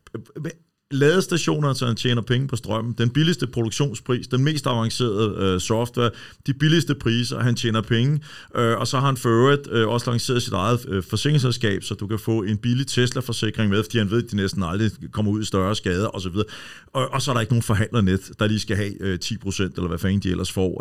ladestationer, så han tjener penge på strømmen, den billigste produktionspris, den mest avancerede software, de billigste priser, han tjener penge, og så har han for øvrigt også lanceret sit eget forsikringsselskab, så du kan få en billig Tesla-forsikring med, fordi han ved, at de næsten aldrig kommer ud i større skader osv. Og så er der ikke nogen forhandlernet, der lige skal have 10%, eller hvad fanden de ellers får.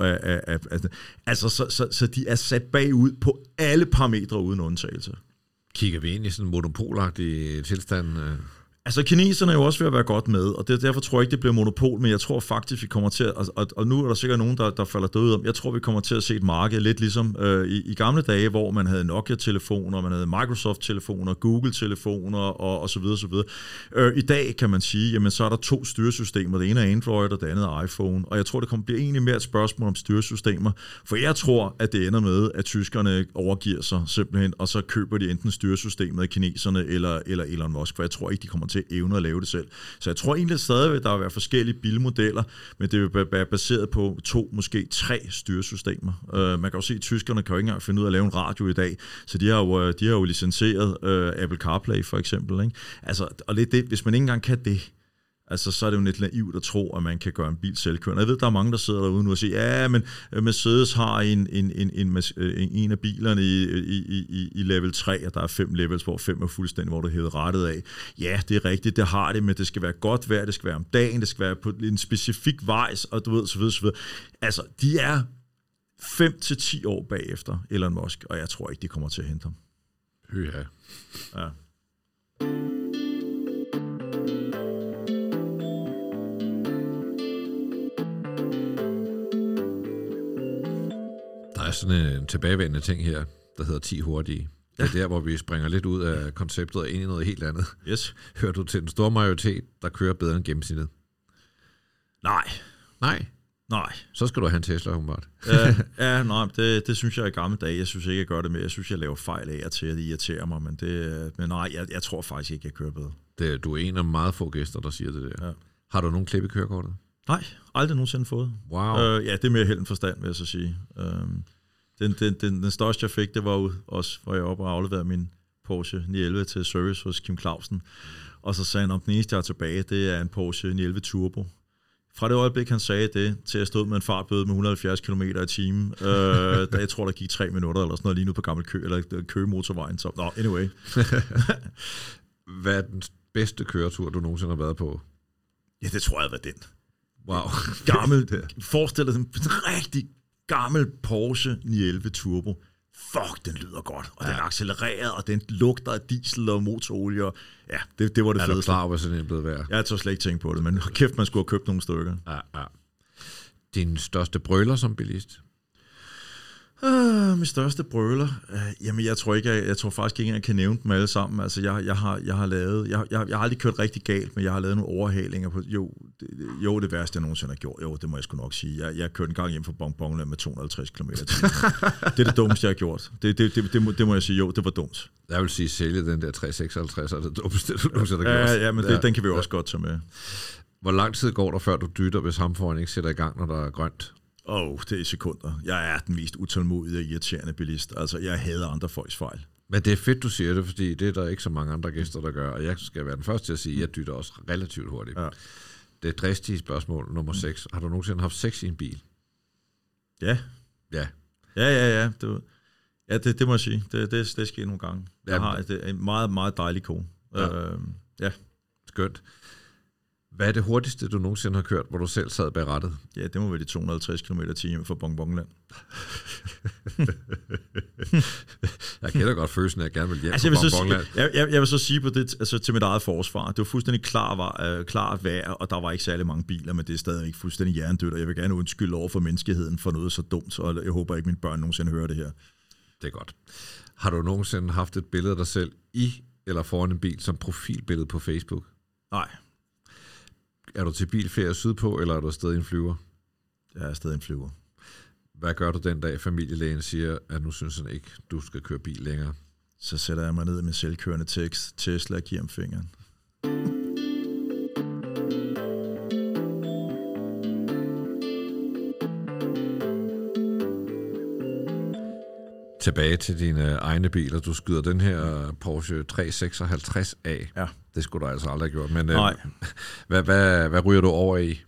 Altså, så de er sat bagud på alle parametre uden undtagelse. Kigger vi ind i sådan en monopolagtig tilstand? Altså, kineserne er jo også ved at være godt med, og derfor tror jeg ikke, det bliver monopol, men jeg tror faktisk, vi kommer til at, og nu er der sikkert nogen, der falder døde om, jeg tror, vi kommer til at se et marked lidt ligesom i gamle dage, hvor man havde Nokia-telefoner, man havde Microsoft-telefoner, Google-telefoner og så videre, så videre. I dag kan man sige, jamen så er der 2 styresystemer, det ene er Android, og det andet er iPhone, og jeg tror, det bliver egentlig mere et spørgsmål om styresystemer, for jeg tror, at det ender med, at tyskerne overgiver sig simpelthen, og så køber de enten styresystemet af kineserne eller Elon Musk, for jeg tror ikke, de kommer til evne at lave det selv. Så jeg tror egentlig stadig, at der vil være forskellige bilmodeller, men det vil være baseret på 2, måske 3 styresystemer. Man kan jo se, at tyskerne kan jo ikke engang finde ud af at lave en radio i dag, så de har jo licenseret Apple CarPlay for eksempel, ikke? Altså, og lidt det, hvis man ikke engang kan det, altså, så er det jo lidt naivt at tro, at man kan gøre en bil selvkørende. Jeg ved, der er mange, der sidder derude nu og siger, ja, men Mercedes har en af bilerne i level 3, og der er 5 levels, hvor 5 er fuldstændig, hvor du hæver rettet af. Ja, det er rigtigt, det har det, men det skal være godt vejr, det skal være om dagen, det skal være på en specifik vejs, og du ved, så videre. Altså, de er 5-10 år bagefter Elon Musk, og jeg tror ikke, de kommer til at hente ham. Ja. Der er sådan en tilbagevendende ting her, der hedder 10 hurtige. Det er der, hvor vi springer lidt ud af konceptet og ind i noget helt andet. Yes. Hører du til den store majoritet, der kører bedre end gennemsnittet? Nej. Så skal du have en Tesla, humørt. Nej, det synes jeg er gamle dage. Jeg synes ikke, jeg gør det med. Jeg synes, jeg laver fejl af og til, at det irriterer mig. Men nej, jeg tror faktisk ikke, jeg kører bedre. Du er en af meget få gæster, der siger det der. Ja. Har du nogen klip i kørekortet? Nej, aldrig nogensinde fået. Wow. Ja, det er mere held end forstand, vil jeg så sige. Den største, jeg fik, det var også, hvor jeg oppe og afleverede min Porsche 911 til service hos Kim Clausen. Og så sagde han, om den eneste, jeg har tilbage, det er en Porsche 911 Turbo. Fra det øjeblik, han sagde det, til jeg stod med en fartbøde med 170 km i timen, da jeg tror, der gik 3 minutter eller sådan noget lige nu på gammel Køge-motorvejen. Så, anyway. Hvad er den bedste køretur, du nogensinde har været på? Ja, det tror jeg var den. Wow. Gammel, forestil dig en rigtig gammel Porsche 911 Turbo. Fuck, den lyder godt, og den er accelereret, og den lugter af diesel og motorolie. Og ja, det var det fedeste. Er du klar over, hvad sådan en blevet værd? Jeg tør slet ikke tænke på det, men kæft, man skulle have købt nogle stykker. Ja. Din største brøler som bilist? Min største brøler? Jamen, jeg tror faktisk ikke, jeg kan nævne dem alle sammen. Altså, jeg har aldrig kørt rigtig galt, men jeg har lavet nogle overhalinger på. Jo, det værste, jeg nogensinde har gjort. Jo, det må jeg sgu nok sige. Jeg kørte en gang hjem fra Bonbonland med 250 km. Det er det dummeste, jeg har gjort. Det må jeg sige, jo, det var dumt. Jeg vil sige, sælge den der 356 er det dummeste, du nogensinde har gjort. Ja, men den kan vi jo også godt tage med. Hvor lang tid går der, før du dytter, hvis hamforan ikke sætter i gang, når der er grønt? Det er sekunder. Jeg er den mest utålmodige og irriterende bilist. Altså, jeg hader andre folks fejl. Men det er fedt, du siger det, fordi det er der ikke så mange andre gæster, der gør. Og jeg skal være den første til at sige, at jeg dytter også relativt hurtigt. Ja. Det er dristige spørgsmål nummer 6. Har du nogensinde haft sex i en bil? Ja. Ja. Ja. Det må jeg sige. Det sker nogle gange. Jeg har en meget, meget dejlig kone. Ja. Skønt. Hvad er det hurtigste, du nogensinde har kørt, hvor du selv sad bag rattet? Ja, det må være de 250 km/t fra Bonbonland. Jeg kender godt følelsen af, at jeg gerne vil hjem altså, på Bonbonland. Jeg vil så sige på det, altså til mit eget forsvar, det var fuldstændig klart vejr, og der var ikke særlig mange biler, men det er stadig ikke fuldstændig hjernedødt, og jeg vil gerne undskylde over for menneskeheden for noget så dumt, og jeg håber ikke, mine børn nogensinde hører det her. Det er godt. Har du nogensinde haft et billede af dig selv i eller foran en bil som profilbillede på Facebook? Nej. Er du til bilferie sydpå, eller er du stadig en flyver? Jeg er stadig en flyver. Hvad gør du den dag, familielægen siger, at nu synes han ikke, du skal køre bil længere? Så sætter jeg mig ned med selvkørende tekst, Tesla og giver ham fingeren. Tilbage til dine egne biler. Du skyder den her Porsche 356 af. Ja. Det skulle du altså aldrig have gjort. Men nej. Hvad ryger du over i?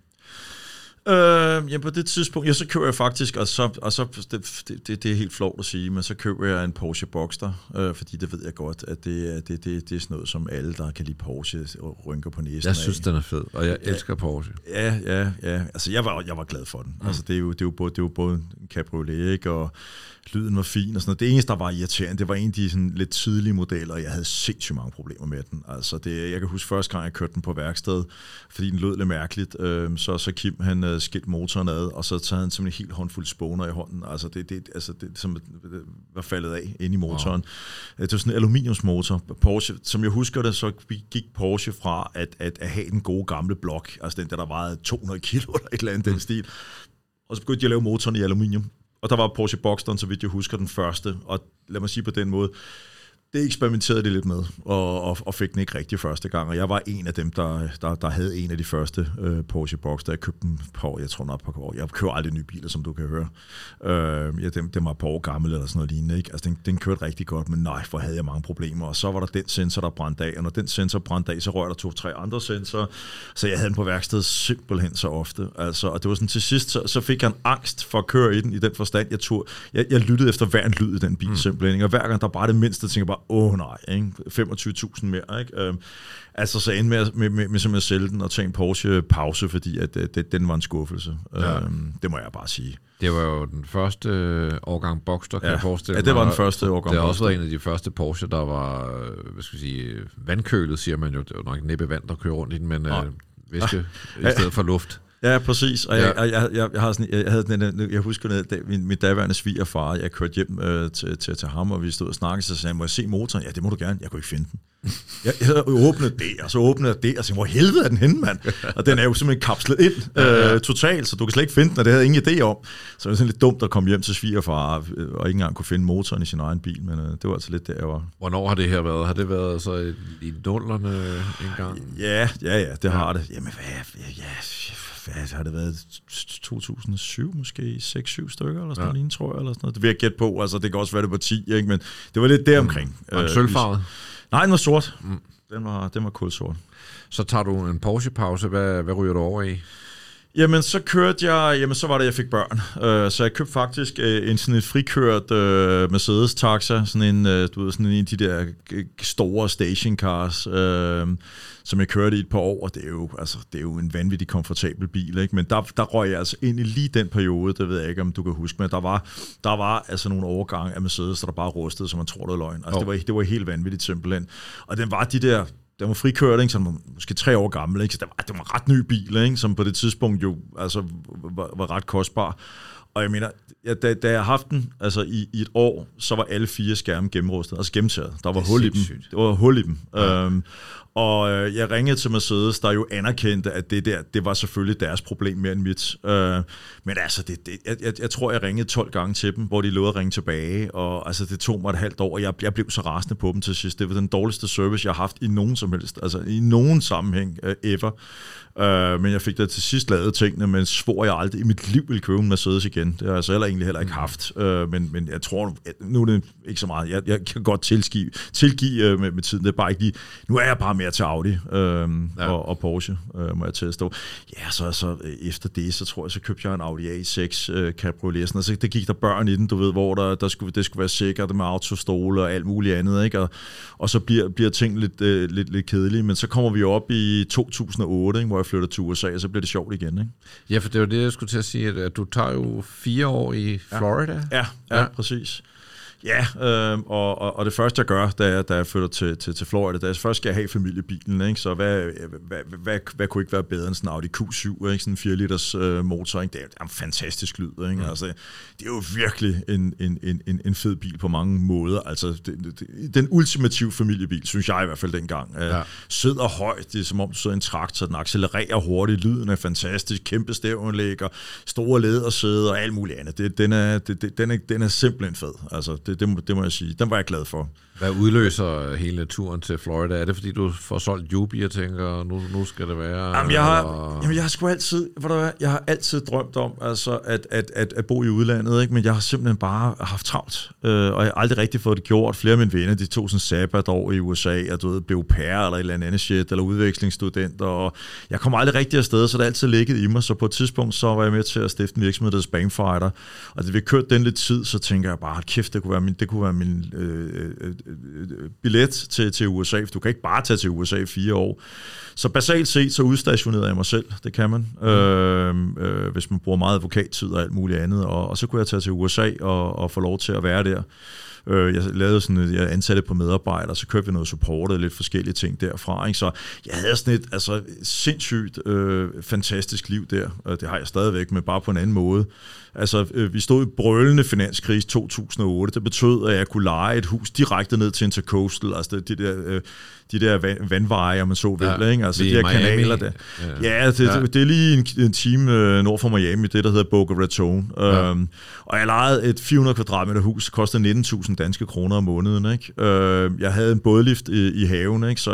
Jamen på det tidspunkt, så køber jeg faktisk, og så det er helt flovt at sige, men så køber jeg en Porsche Boxster, fordi det ved jeg godt, at det er sådan noget, som alle, der kan lide Porsche, rynker på næsen. Jeg synes, den er fed, og jeg elsker Porsche. Ja. Altså, jeg var glad for den. Altså, det er jo både en cabriolet, ikke? Og lyden var fin og sådan noget. Det eneste, der var irriterende, det var en af de sådan lidt tidlige modeller, og jeg havde sindssygt mange problemer med den. Altså, jeg kan huske første gang, jeg kørte den på værksted, fordi den lød lidt mærkeligt. Så Kim, han skilt motoren ad, og så tager han simpelthen en helt håndfuld spåner i hånden. Altså, det som var faldet af inde i motoren. Wow. Det var sådan en aluminiumsmotor. Porsche, som jeg husker det, så gik Porsche fra at have den gode gamle blok, altså den der vejede 200 kilo eller et eller andet den stil, og så begyndte de at lave motoren i aluminium. Og der var Porsche Boxsteren, så vidt jeg husker, den første. Og lad mig sige på den måde, det eksperimenterede de lidt med, og fik den ikke rigtig første gang. Og jeg var en af dem, der havde en af de første Porsche Boxster. Jeg købte dem på, jeg tror nok på år. Jeg kører aldrig nye biler, som du kan høre. Den var på år gammel eller sådan noget lignende. Ikke? Altså, den kørte rigtig godt, men nej, hvor havde jeg mange problemer. Og så var der den sensor, der brændte af. Og når den sensor brændte af, så røg der 2-3 andre sensorer. Så jeg havde den på værkstedet simpelthen så ofte. Altså, og det var sådan til sidst, så fik jeg en angst for at køre i den, i den forstand. Jeg lyttede efter hver en lyd i den bil simpelthen. Ikke? Og hver gang der bare det mindste, tænker jeg bare, nej, ikke? 25.000 mere, ikke? Altså så endte med at sælge den og tage en Porsche pause, fordi at den var en skuffelse. Ja. Det må jeg bare sige. Det var jo den første årgang Boxster, kan jeg forestille mig. Ja, det var den første årgang. Det har også været en af de første Porsche, der var, vandkølet, siger man jo. Det var nok næppe vand, der kører rundt i den, men væske i stedet for luft. Ja, præcis. Og jeg husker, at min daværende svigerfar, jeg kørte hjem til ham, og vi stod og snakkede, så sagde han, må jeg se motoren? Ja, det må du gerne. Jeg kunne ikke finde den. Jeg åbnede det, og så åbnede jeg det, og så hvor helvede er den henne, mand? Og den er jo simpelthen kapslet ind totalt, så du kan slet ikke finde den, og det havde jeg ingen idé om. Så det var sådan lidt dumt at komme hjem til svigerfar, og ikke engang kunne finde motoren i sin egen bil, men det var altså lidt der, jeg var. Hvornår har det her været? Har det været så i nullerne en gang? Ja, det har det. Jamen, hvad har det været 2007 måske, 6-7 stykker eller sådan noget lignende, tror jeg, eller sådan noget. Det vil jeg gætte på, altså det kan også være det på 10, ikke? Men det var lidt deromkring. Var den sølvfarvet? Nej, den var sort. Den var kulsort. Så tager du en Porsche-pause, hvad ryger du over i? Jamen, så kørte jeg, så var det, jeg fik børn. Så jeg købte faktisk sådan en frikørt Mercedes-taxa, sådan en af de der store stationcars, som jeg kørte i et par år, og det er jo en vanvittig komfortabel bil, ikke? Men der røg jeg altså ind i lige den periode, det ved jeg ikke, om du kan huske, men der var altså nogle overgange af Mercedes, der bare rustede, som man tror, det var løgn. Altså, det var helt vanvittigt simpelthen. Og den var den var frikørt, ikke, som var måske 3 år gammel, ikke, så det var ret ny bil, ikke, som på det tidspunkt jo altså var ret kostbar. Og jeg mener, da jeg har haft den altså i et år, så var alle 4 skærme gennemrustet, altså gennemtaget. Der var hul i dem. Det var hul i dem. Ja. Og jeg ringede til Mercedes, der jo anerkendte, at det var selvfølgelig deres problem mere end mit. Men altså, jeg tror, jeg ringede 12 gange til dem, hvor de lovede at ringe tilbage, og altså, det tog mig et halvt år, og jeg blev så rasende på dem til sidst. Det var den dårligste service, jeg har haft i nogen som helst, altså i nogen sammenhæng ever. Men jeg fik da til sidst lavet tingene, men svor jeg aldrig i mit liv ville købe en Mercedes igen. Det har jeg så heller ikke haft. Men jeg tror, nu er det ikke så meget. Jeg kan godt tilgive med tiden. Det er bare ikke lige. Nu er jeg bare mere til Audi og Porsche, må jeg tilstå. Ja, så efter det, så tror jeg, så købte jeg en Audi A6 Cabriolet. Og så det gik der børn i den, du ved, hvor det skulle være sikkert med autostole og alt muligt andet. Ikke? Og så bliver ting lidt kedelige. Men så kommer vi op i 2008, ikke, hvor jeg flytter til USA, og så bliver det sjovt igen. Ikke? Ja, for det var det, jeg skulle til at sige, at du tager jo 4 år i Florida. Ja, præcis. Ja, og det første, jeg gør, da jeg flytter til Florida, det er først skal jeg have familiebilen, ikke? Så hvad kunne ikke være bedre end sådan en Audi Q7, ikke? Sådan en 4 liters motor, ikke? Det er en fantastisk lyd, ikke? Altså, det er jo virkelig en fed bil på mange måder. Altså, den ultimative familiebil, synes jeg i hvert fald dengang. Sidder højt, det er som om du sidder i en traktor, den accelererer hurtigt, lyden er fantastisk, kæmpe stævnlægger, store lædersæder og alt muligt andet. Den er simpelthen fed. Altså, det må jeg sige. Den var jeg glad for. Hvad udløser hele turen til Florida? Er det, fordi du får solgt Jubi og tænker, nu skal det være... Jamen, jeg har sgu altid... Jeg har altid drømt om altså, at bo i udlandet, ikke? Men jeg har simpelthen bare haft travlt. Og jeg har aldrig rigtig fået det gjort. Flere af mine venner, de tog sådan sabbatår i USA, og blev pære eller et eller andet shit, eller udvekslingsstudenter. Og jeg kom aldrig rigtig afsted, så det har altid ligget i mig. Så på et tidspunkt, så var jeg med til at stifte en virksomhed, der hedder Spamfighter. Og da vi kørte den lidt tid, så tænker jeg bare, kæft, det kunne være min billet til USA, for du kan ikke bare tage til USA i 4 år. Så basalt set, så udstationerede jeg mig selv. Det kan man, hvis man bruger meget advokattid og alt muligt andet. Og så kunne jeg tage til USA og få lov til at være der. Jeg ansatte på medarbejdere, så købte vi noget support og lidt forskellige ting derfra. Ikke? Så jeg havde sådan et sindssygt fantastisk liv der, og det har jeg stadigvæk, men bare på en anden måde. Altså, vi stod i brølende finanskrise 2008. Det betød, at jeg kunne leje et hus direkte ned til Intercoastal, altså de der vandveje, man så vel, ikke? Altså de her Miami, kanaler der. Ja, det er lige en time nord for Miami, det der hedder Boca Raton. Og jeg lejede et 400 kvadratmeter hus, kostede 19.000 danske kroner om måneden, ikke? Jeg havde en bådlift i haven, ikke? Så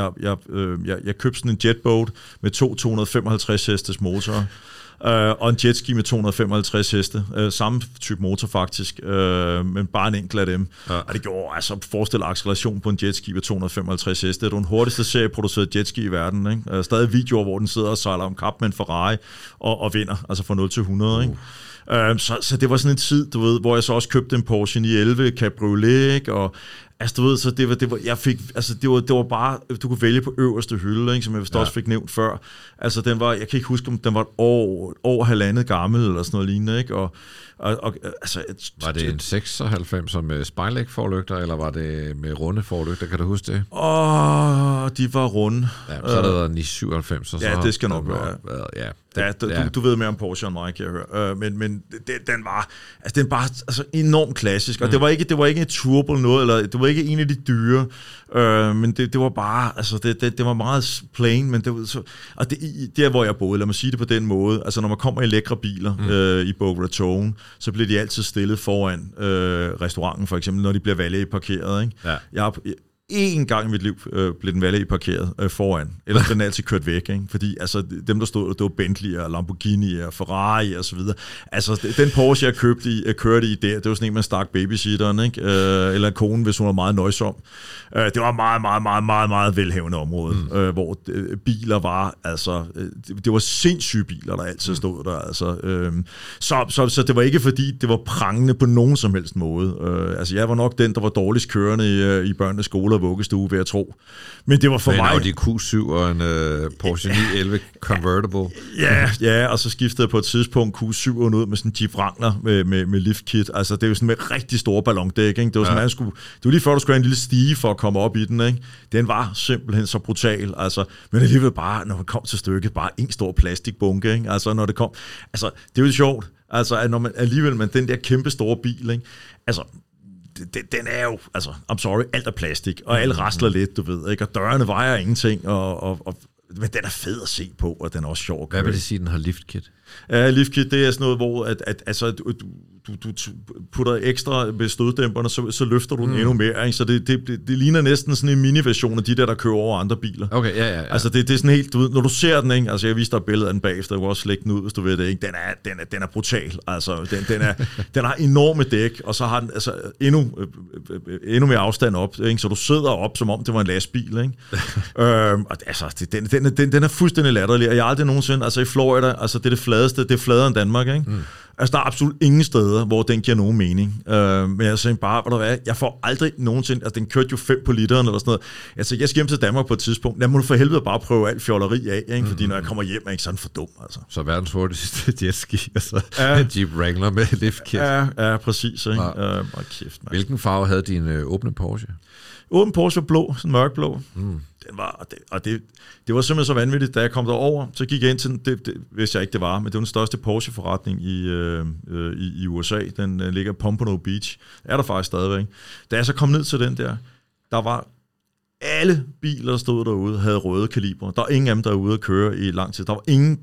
jeg købte sådan en jetboat med 255 hestes motorer. Og en jetski med 255 heste. Samme type motor faktisk, men bare en enkelt af dem. Og det gjorde, altså forestil acceleration på en jetski med 255 heste. Det er den hurtigste serieproducerede jetski i verden. Ikke? Stadig videoer, hvor den sidder og sejler om kap med en Ferrari og vinder, altså fra 0 til 100. Ikke? Så det var sådan en tid, du ved, hvor jeg så også købte en Porsche 911 Cabriolet, ikke? Og altså, du ved, så det var, jeg fik, altså, det var bare, du kunne vælge på øverste hylde, ikke, som jeg vist også fik nævnt før. Altså, den var, jeg kan ikke huske, om den var et år halvandet gammel, eller sådan noget lignende, ikke? Og altså, var det en 96 med spejlægforlygter, eller var det med runde forlygter, kan du huske det? De var runde. Ja, så er der 997. Og så ja, det skal nok være. Du ved mere om Porsche end mig, kan jeg høre. Men den var, altså, den bare altså, enormt klassisk, og det var ikke et turbo noget, eller det var ikke en af de dyre, men det var bare, altså det var meget plain, men det var så, og det er, hvor jeg boede, lad mig sige det på den måde, altså når man kommer i lækre biler i Boca Raton, så bliver de altid stillet foran restauranten, for eksempel, når de bliver valet parkeret, ikke? Ja. Jeg har en gang i mit liv blev den valet parkeret foran, eller den er altid kørt væk, ikke? Fordi altså, dem, der stod, det var Bentley og Lamborghini og Ferrari og så videre. Altså, den Porsche, jeg kørte i der, det var sådan en, man stak babysitteren, ikke? Eller en kone, hvis hun var meget nøjsom. Det var meget, meget, meget, meget, meget velhavende område, hvor biler var, altså, det var sindssyge biler, der altid stod der, altså. Så det var ikke fordi, det var prangende på nogen som helst måde. Altså, jeg var nok den, der var dårligst kørende i børnenes skole og vuggestue, vil jeg tro. Men det var for mig... En Audi Q7 og en Porsche 911 Convertible. Ja, og så skiftede jeg på et tidspunkt Q7'eren ud med sådan en Jeep Wrangler med liftkit. Altså, det er jo sådan med rigtig store ballondæk, ikke? Det var sådan, det var lige før, du skulle have en lille stige for at komme op i den, ikke? Den var simpelthen så brutal, altså. Men alligevel bare, når det kom til stykket, bare en stor plastikbunke, ikke? Altså, når det kom... Altså, det er jo sjovt, altså, at når man alligevel, den der kæmpe store bil, ikke? Altså, den er jo, altså, I'm sorry, alt er plastik, og alt rasler lidt, du ved, ikke? Og dørene vejer ingenting, men den er fed at se på, og den er også sjov at køre. Hvad vil det sige, den har liftkit? Ja, liftkit, det er sådan noget, hvor altså, du putter ekstra med støddæmperne, så løfter du den endnu mere, ikke? Så det ligner næsten sådan en mini-version af de der kører over andre biler. Okay, ja. Altså, det er sådan helt, du ved, når du ser den, ikke? Altså, jeg viste dig et billede af den bagefter, jeg kunne også lægge den ud, hvis du ved det, ikke? Den er brutal, altså, den har enorme dæk, og så har den altså endnu mere afstand op, ikke? Så du sidder op, som om det var en lastbil, ikke? Altså, den er fuldstændig latterlig, og jeg har aldrig nogensinde, altså i Florida, altså det er det fladeste, det er fladere end Danmark, ikke? Altså, der er absolut ingen steder, hvor den giver nogen mening. Men jeg tænkte bare, jeg får aldrig nogensinde... Altså, den kørte jo 5 på literen eller sådan noget. Altså, jeg skal hjem til Danmark på et tidspunkt. Jeg må for helvede bare prøve alt fjolleri af, ikke? Fordi når jeg kommer hjem, er jeg ikke sådan for dum, altså. Så verdens hurtigste jetski, og så en Jeep Wrangler med liftkit. Ja, præcis, ikke? Kæft, man. Hvilken farve havde din åbne Porsche? Åben Porsche var blå, sådan mørkblå. Det var simpelthen så vanvittigt, da jeg kom derover, så gik jeg ind til den, det vidste jeg ikke, det var, men det var den største Porsche-forretning i USA. Den ligger i Pompano Beach. Er der faktisk stadigvæk. Da jeg så kom ned til den der var alle biler, der stod derude, havde røde kaliber. Der var ingen af dem, der var ude at køre i lang tid.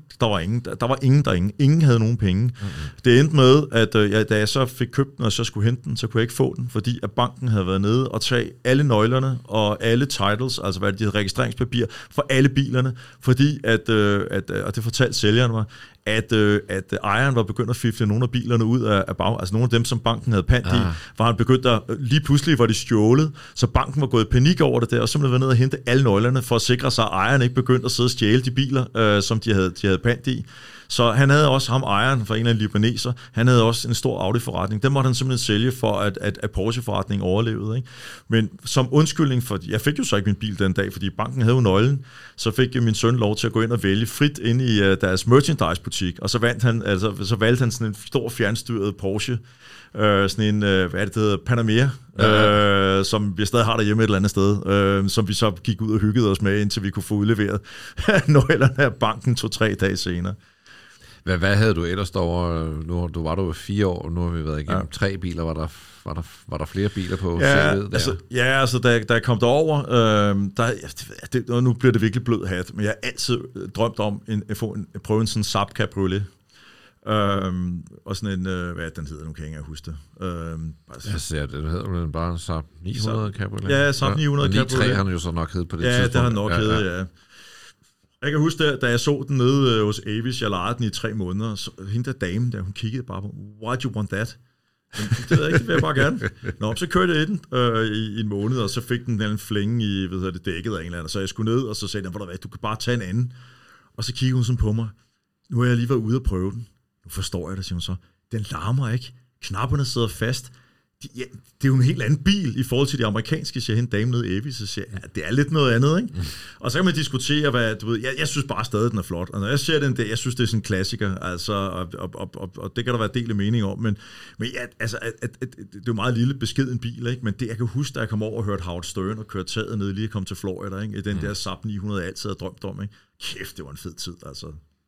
Ingen havde nogen penge. Mm-hmm. Det endte med, at da jeg så fik købt den, og så skulle hente den, så kunne jeg ikke få den, fordi at banken havde været nede og tage alle nøglerne og alle titles, altså hvad de havde registreringspapir for alle bilerne, fordi at og det fortalte sælgeren mig, at ejeren var begyndt at fifle nogle af bilerne ud af bag, altså nogle af dem, som banken havde pant i, var han begyndt at, lige pludselig var de stjålet, så banken var gået i panik over det der, og simpelthen var ned og hente alle nøglerne, for at sikre sig, at ejeren ikke begyndte at sidde og stjæle de biler, som de havde pant i. Så han havde også, ejeren for en eller anden libaneser, han havde også en stor Audi-forretning. Den måtte han simpelthen sælge for, at Porsche-forretningen overlevede. Ikke? Men som undskyldning for, jeg fik jo så ikke min bil den dag, fordi banken havde jo nøglen, så fik min søn lov til at gå ind og vælge frit ind i deres merchandise-butik, og så valgte han sådan en stor fjernstyret Porsche, sådan en, hvad er det hedder, Panamera, som vi stadig har derhjemme et eller andet sted, som vi så gik ud og hyggede os med, indtil vi kunne få udleveret nøglerne af banken 2-3 dage senere. Hvad havde du ellers derovre? Nu var du 4 år, nu har vi været igennem 3 biler. Var der flere biler på CV'et der? Altså da jeg kom derover, nu bliver det virkelig blød hat, men jeg har altid drømt om at prøve en sådan Saab Cabriolet. Og sådan en, hvad den hedder, nu kan jeg ikke huske det. Det hedder den bare Saab 900 Cabriolet. Ja, Saab 900 Cabriolet. 9-3 har den jo så nok heddet på det tidspunkt. Ja, det har den nok heddet, ja. Jeg kan huske, da jeg så den nede hos Avis, jeg lejede den i 3 måneder, så hende der dame der, hun kiggede bare på, why'd you want that? Det ved jeg ikke, det vil jeg bare gerne. Nå, så kørte jeg den i en måned, og så fik den en flænge i, dækket af en eller anden, så jeg skulle ned, og så sagde den, du kan bare tage en anden. Og så kiggede hun sådan på mig, nu har jeg lige været ude og prøve den. Nu forstår jeg det, siger hun så. Den larmer ikke. Knapperne sidder fast. Det er jo en helt anden bil i forhold til de amerikanske, siger hende dame nede i Avis, så siger det er lidt noget andet, ikke? Og så kan man diskutere, hvad, du ved, jeg synes bare stadig, den er flot. Og når jeg ser den der, jeg synes, det er sådan en klassiker, altså, og det kan der være del af mening om, men ja, altså, det er jo meget lille, beskeden bil, ikke? Men det, jeg kan huske, da jeg kom over og hørte Howard Stern og kørte taget ned, lige kom til Florida, ikke? I den der Saab 900, jeg altid havde drømt om, ikke? Kæft, det var en fed tid, altså.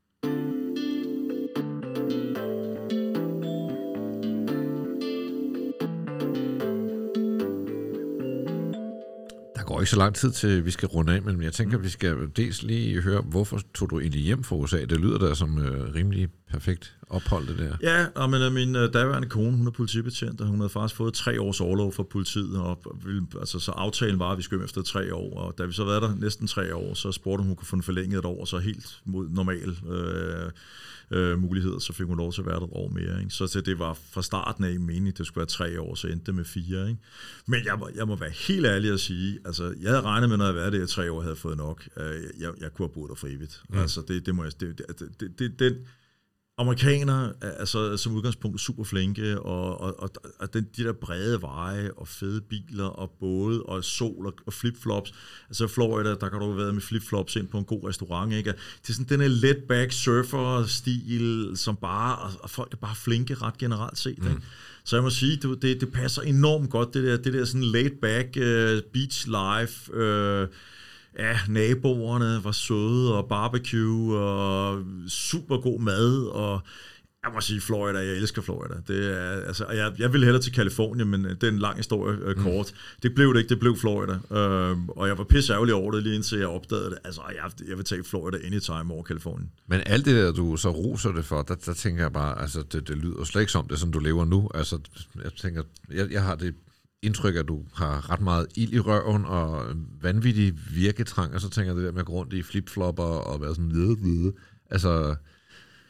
Der går ikke så lang tid til, vi skal runde af, men jeg tænker, at vi skal dels lige høre, hvorfor tog du egentlig hjem fra USA? Det lyder da som rimelig perfekt ophold, det der. Ja, men min daværende kone, hun er politibetjent, og hun havde faktisk fået 3 års orlov fra politiet, og så aftalen var, at vi skulle hjem efter 3 år, og da vi så været der næsten 3 år, så spurgte hun kunne få den forlænget et år, så helt mod normal muligheder, så fik hun lov til at være der et år mere. Ikke? Så det var fra starten af meningen, det skulle være 3 år, så endte det med 4. Ikke? Men jeg må være helt ærlig at sige, altså jeg havde regnet med, når jeg havde været der i 3 år, havde fået nok. Jeg kunne have boet der for evigt. Altså det må jeg... Den amerikanere er altså som udgangspunkt super flinke, og de der brede veje, og fede biler, og både, og sol, og flipflops. Altså Florida, der kan du have været med flipflops ind på en god restaurant, ikke? Det er sådan den her laid-back surfer-stil, som bare, og folk er bare flinke ret generelt set, ikke? Så jeg må sige, det passer enormt godt, det der sådan laid-back beach life, ja, naboerne var søde, og barbecue, og super god mad, og jeg må sige Florida, jeg elsker Florida. Det er, altså, jeg ville hellere til Californien, men det er en lang historie kort. Det blev det ikke, det blev Florida. Og jeg var pisse ærgerlig over det, lige indtil jeg opdagede det. Altså, jeg vil tage Florida anytime over Californien. Men alt det der, du så roser det for, der tænker jeg bare, altså, det lyder slet ikke som det, som du lever nu. Altså, jeg tænker, jeg har det indtryk, at du har ret meget ild i røven og vanvittig virketrang, og så tænker jeg det der med at gå rundt i flipflopper og være sådan lede. Altså...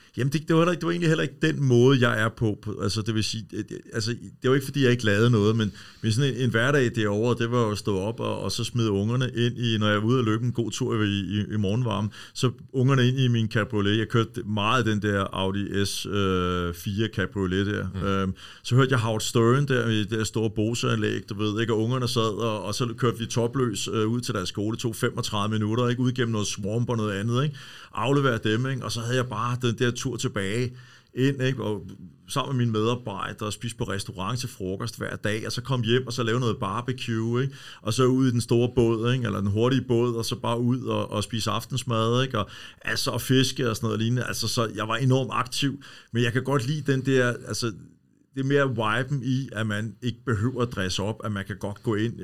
Jamen, det var egentlig heller ikke den måde, jeg er på. Altså, det vil sige, det var ikke, fordi jeg ikke lavede noget, men sådan en hverdag derovre, det var jo at stå op og så smide ungerne ind i, når jeg er ude og løbe en god tur i morgenvarme, så ungerne ind i min cabriolet. Jeg kørte meget den der Audi S4 cabriolet der. Så hørte jeg Howard Stern der i det der store Bose-anlæg, du ved, ikke? Og ungerne sad, og så kørte vi topløs ud til deres skole. Det tog 35 minutter, ikke? Ud gennem noget swamp og noget andet, ikke? Aflevere dem, ikke? Og så havde jeg bare den der tur tilbage ind, ikke? Og sammen med mine medarbejdere og spise på restaurant til frokost hver dag, og så kom hjem og så lave noget barbecue, ikke? Og så ud i den store båd, ikke? Eller den hurtige båd, og så bare ud og spise aftensmad, ikke? Og altså og fiske og sådan noget lignende. Altså, så jeg var enormt aktiv, men jeg kan godt lide den der, altså det er mere viben i, at man ikke behøver at dresse op, at man kan godt gå ind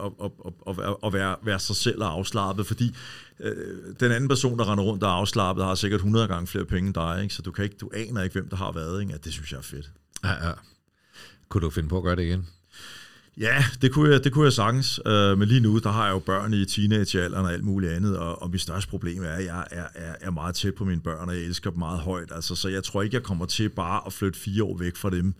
og være sig selv og afslappet, fordi den anden person, der render rundt og er afslappet, har sikkert 100 gange flere penge end dig, ikke? Så du aner ikke, hvem der har været, ikke? Ja, det synes jeg er fedt. Ja. Kunne du finde på at gøre det igen? Ja, det kunne jeg sagtens, men lige nu, der har jeg jo børn i teenagealderen og alt muligt andet, og mit største problem er, at jeg er meget tæt på mine børn, og jeg elsker dem meget højt, altså, så jeg tror ikke, jeg kommer til bare at flytte 4 år væk fra dem.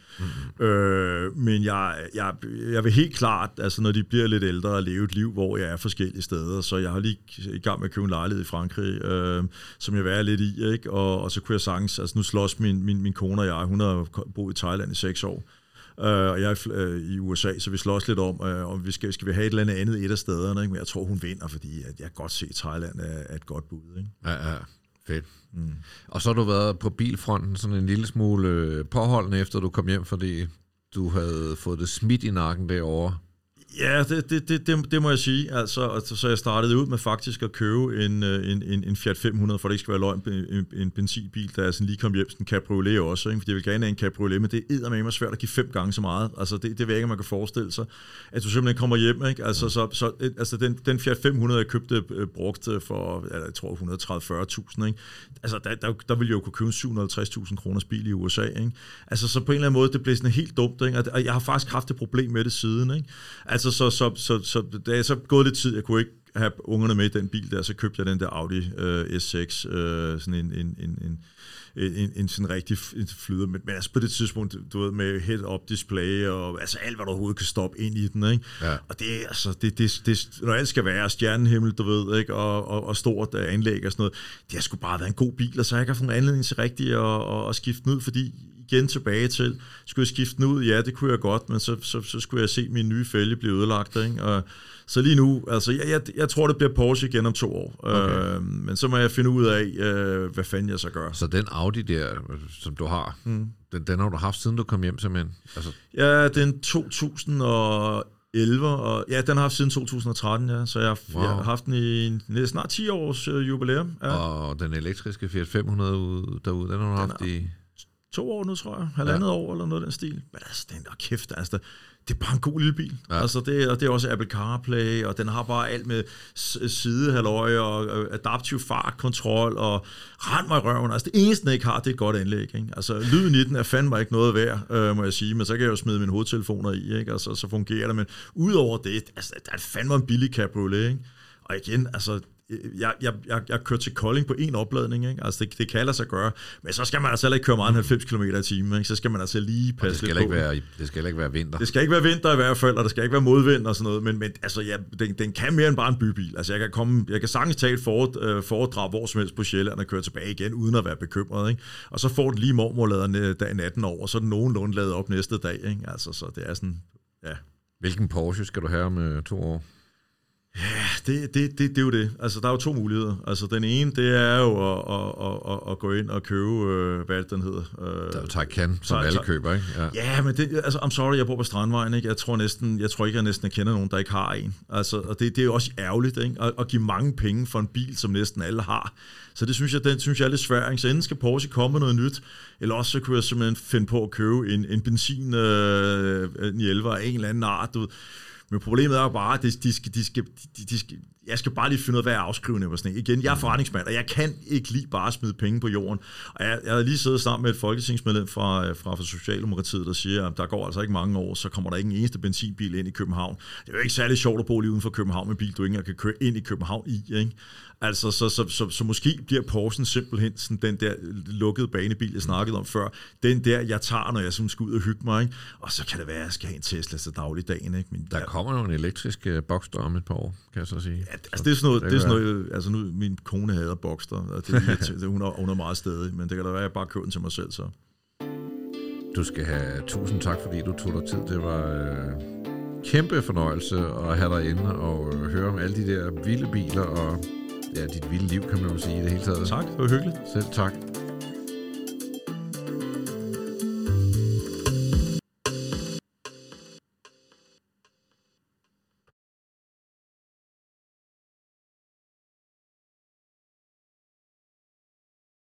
Men jeg vil helt klart, altså når de bliver lidt ældre, leve et liv, hvor jeg er forskellige steder, så jeg har lige i gang med at købe en lejlighed i Frankrig, som jeg vil være lidt i, ikke? Og så kunne jeg sagtens, altså nu slås min kone og jeg, hun har boet i Thailand i 6 år, og jeg er i USA, så vi slår også lidt om vi skal vi have et eller andet et af stederne, ikke? Men jeg tror, hun vinder, fordi at jeg kan godt se, at Thailand er et godt bud. Ikke? Ja, fedt. Og så har du været på bilfronten sådan en lille smule påholdende, efter du kom hjem, fordi du havde fået det smidt i nakken derovre. Ja, det må jeg sige. Altså, så jeg startede ud med faktisk at købe en Fiat 500, for det ikke skal være løgn, en benzinbil, der sådan lige kom hjem, sådan en cabriolet også, ikke? Fordi jeg vil gerne have en cabriolet, men det er eddermame svært at give 5 gange så meget. Altså, det ved jeg ikke, man kan forestille sig, at du simpelthen kommer hjem, ikke? Altså, den Fiat 500, jeg købte brugt for, jeg tror 130-40.000, ikke? Altså, der ville jeg jo kunne købe en 750.000 kroners bil i USA, ikke? Altså, så på en eller anden måde, det blev sådan helt dumt, ikke? Og jeg har faktisk haft et problem med det siden, ikke? Altså, så da jeg så gået lidt tid, jeg kunne ikke have ungerne med i den bil der, så købte jeg den der Audi S6, sådan en sådan rigtig flyder, men altså på det tidspunkt, du ved, med head-up display, og altså alt, hvad der overhovedet kan stoppe ind i den, ikke? Ja. Og det er altså, det, når alt skal være stjernehimmel, du ved, ikke? Og stort anlæg og sådan noget, det har sgu bare været en god bil, og så har jeg ikke haft en anledning til rigtigt at skifte den ud, fordi igen tilbage til, skulle jeg skifte den ud? Ja, det kunne jeg godt, men så skulle jeg se min nye fælge blive ødelagt, ikke? Og så lige nu, altså jeg tror, det bliver Porsche igen om 2 år. Okay. Men så må jeg finde ud af, hvad fanden jeg så gør. Så den Audi der, som du har, den har du haft, siden du kom hjem simpelthen? Altså. Ja, den 2011, og ja, den har haft siden 2013, ja. Så jeg har haft den i snart 10 års jubilæum. Ja. Og den elektriske Fiat 500 derude, den har du haft i 2 år nu, tror jeg. 1,5 år eller noget af den stil. Men altså, den der kæft, altså, det er bare en god lille bil. Ja. Altså, det er også Apple CarPlay, og den har bare alt med sidehalløj og adaptiv fartkontrol, og rend mig i røven. Altså, det eneste, den ikke har, det er et godt anlæg. Ikke? Altså, lyden i den er fandme ikke noget værd, må jeg sige, men så kan jeg jo smide mine hovedtelefoner i, ikke? Altså, så fungerer det. Men udover det, altså, der er fandme en billig cabriolet, ikke? Og igen, altså, jeg kører til Kolding på 1 opladning, ikke? Altså det kan lade sig gøre, men så skal man altså heller ikke køre meget end 90 km i timen, ikke? Så skal man altså lige passe lidt på. Det skal ikke være vinter. Det skal ikke være vinter i hvert fald, og det skal ikke være modvind og sådan noget, men altså ja, den kan mere end bare en bybil. Altså jeg kan sagtens tage et foredrag hvor som helst på Sjælland og køre tilbage igen, uden at være bekymret, ikke? Og så får den lige mormorladeren dagen 18 år, og så er den nogenlunde ladet op næste dag, ikke? Altså så det er sådan, ja. Hvilken Porsche skal du have om 2 år? Ja, det er jo det. Altså, der er jo 2 muligheder. Altså, den ene, det er jo at gå ind og købe, hvad den hedder. Der er jo Taycan, som alle køber, ikke? Ja, men det, altså, I'm sorry, jeg bor på Strandvejen, ikke? Jeg tror ikke, jeg næsten kender nogen, der ikke har en. Altså, og det er jo også ærgerligt, ikke? At give mange penge for en bil, som næsten alle har. Så det synes jeg er lidt svært. Så enten skal Porsche komme med noget nyt, eller også så kunne jeg simpelthen finde på at købe en benzin 911 af en eller anden art, du ved. Men problemet er jo bare, at jeg skal bare lige finde ud af, hvad er afskrivende og sådan noget. Igen, jeg er forretningsmand, og jeg kan ikke lige bare smide penge på jorden. Og jeg har lige siddet sammen med et folketingsmedlem fra Socialdemokratiet, der siger, at der går altså ikke mange år, så kommer der ikke en eneste benzinbil ind i København. Det er jo ikke særlig sjovt at bo lige uden for København med bil, du ikke engang kan køre ind i København i, ikke? Altså, så måske bliver Porschen simpelthen sådan den der lukkede banebil, jeg snakkede om før. Den der, jeg tager, når jeg skal ud og hygge mig, ikke? Og så kan det være, at jeg skal have en Tesla til dagligdagen, ikke? Men der kommer nogle elektriske Boxster om et par år, kan jeg så sige. Ja, altså det er sådan noget, altså nu, min kone hader Boxster, og hun er meget stedig, men det kan da være, at jeg bare køber den til mig selv, så. Du skal have tusind tak, fordi du tog dig tid. Det var kæmpe fornøjelse at have dig inde og høre om alle de der vilde biler og dit vilde liv, kan man jo sige i det hele taget. Tak, det var hyggeligt. Selv tak.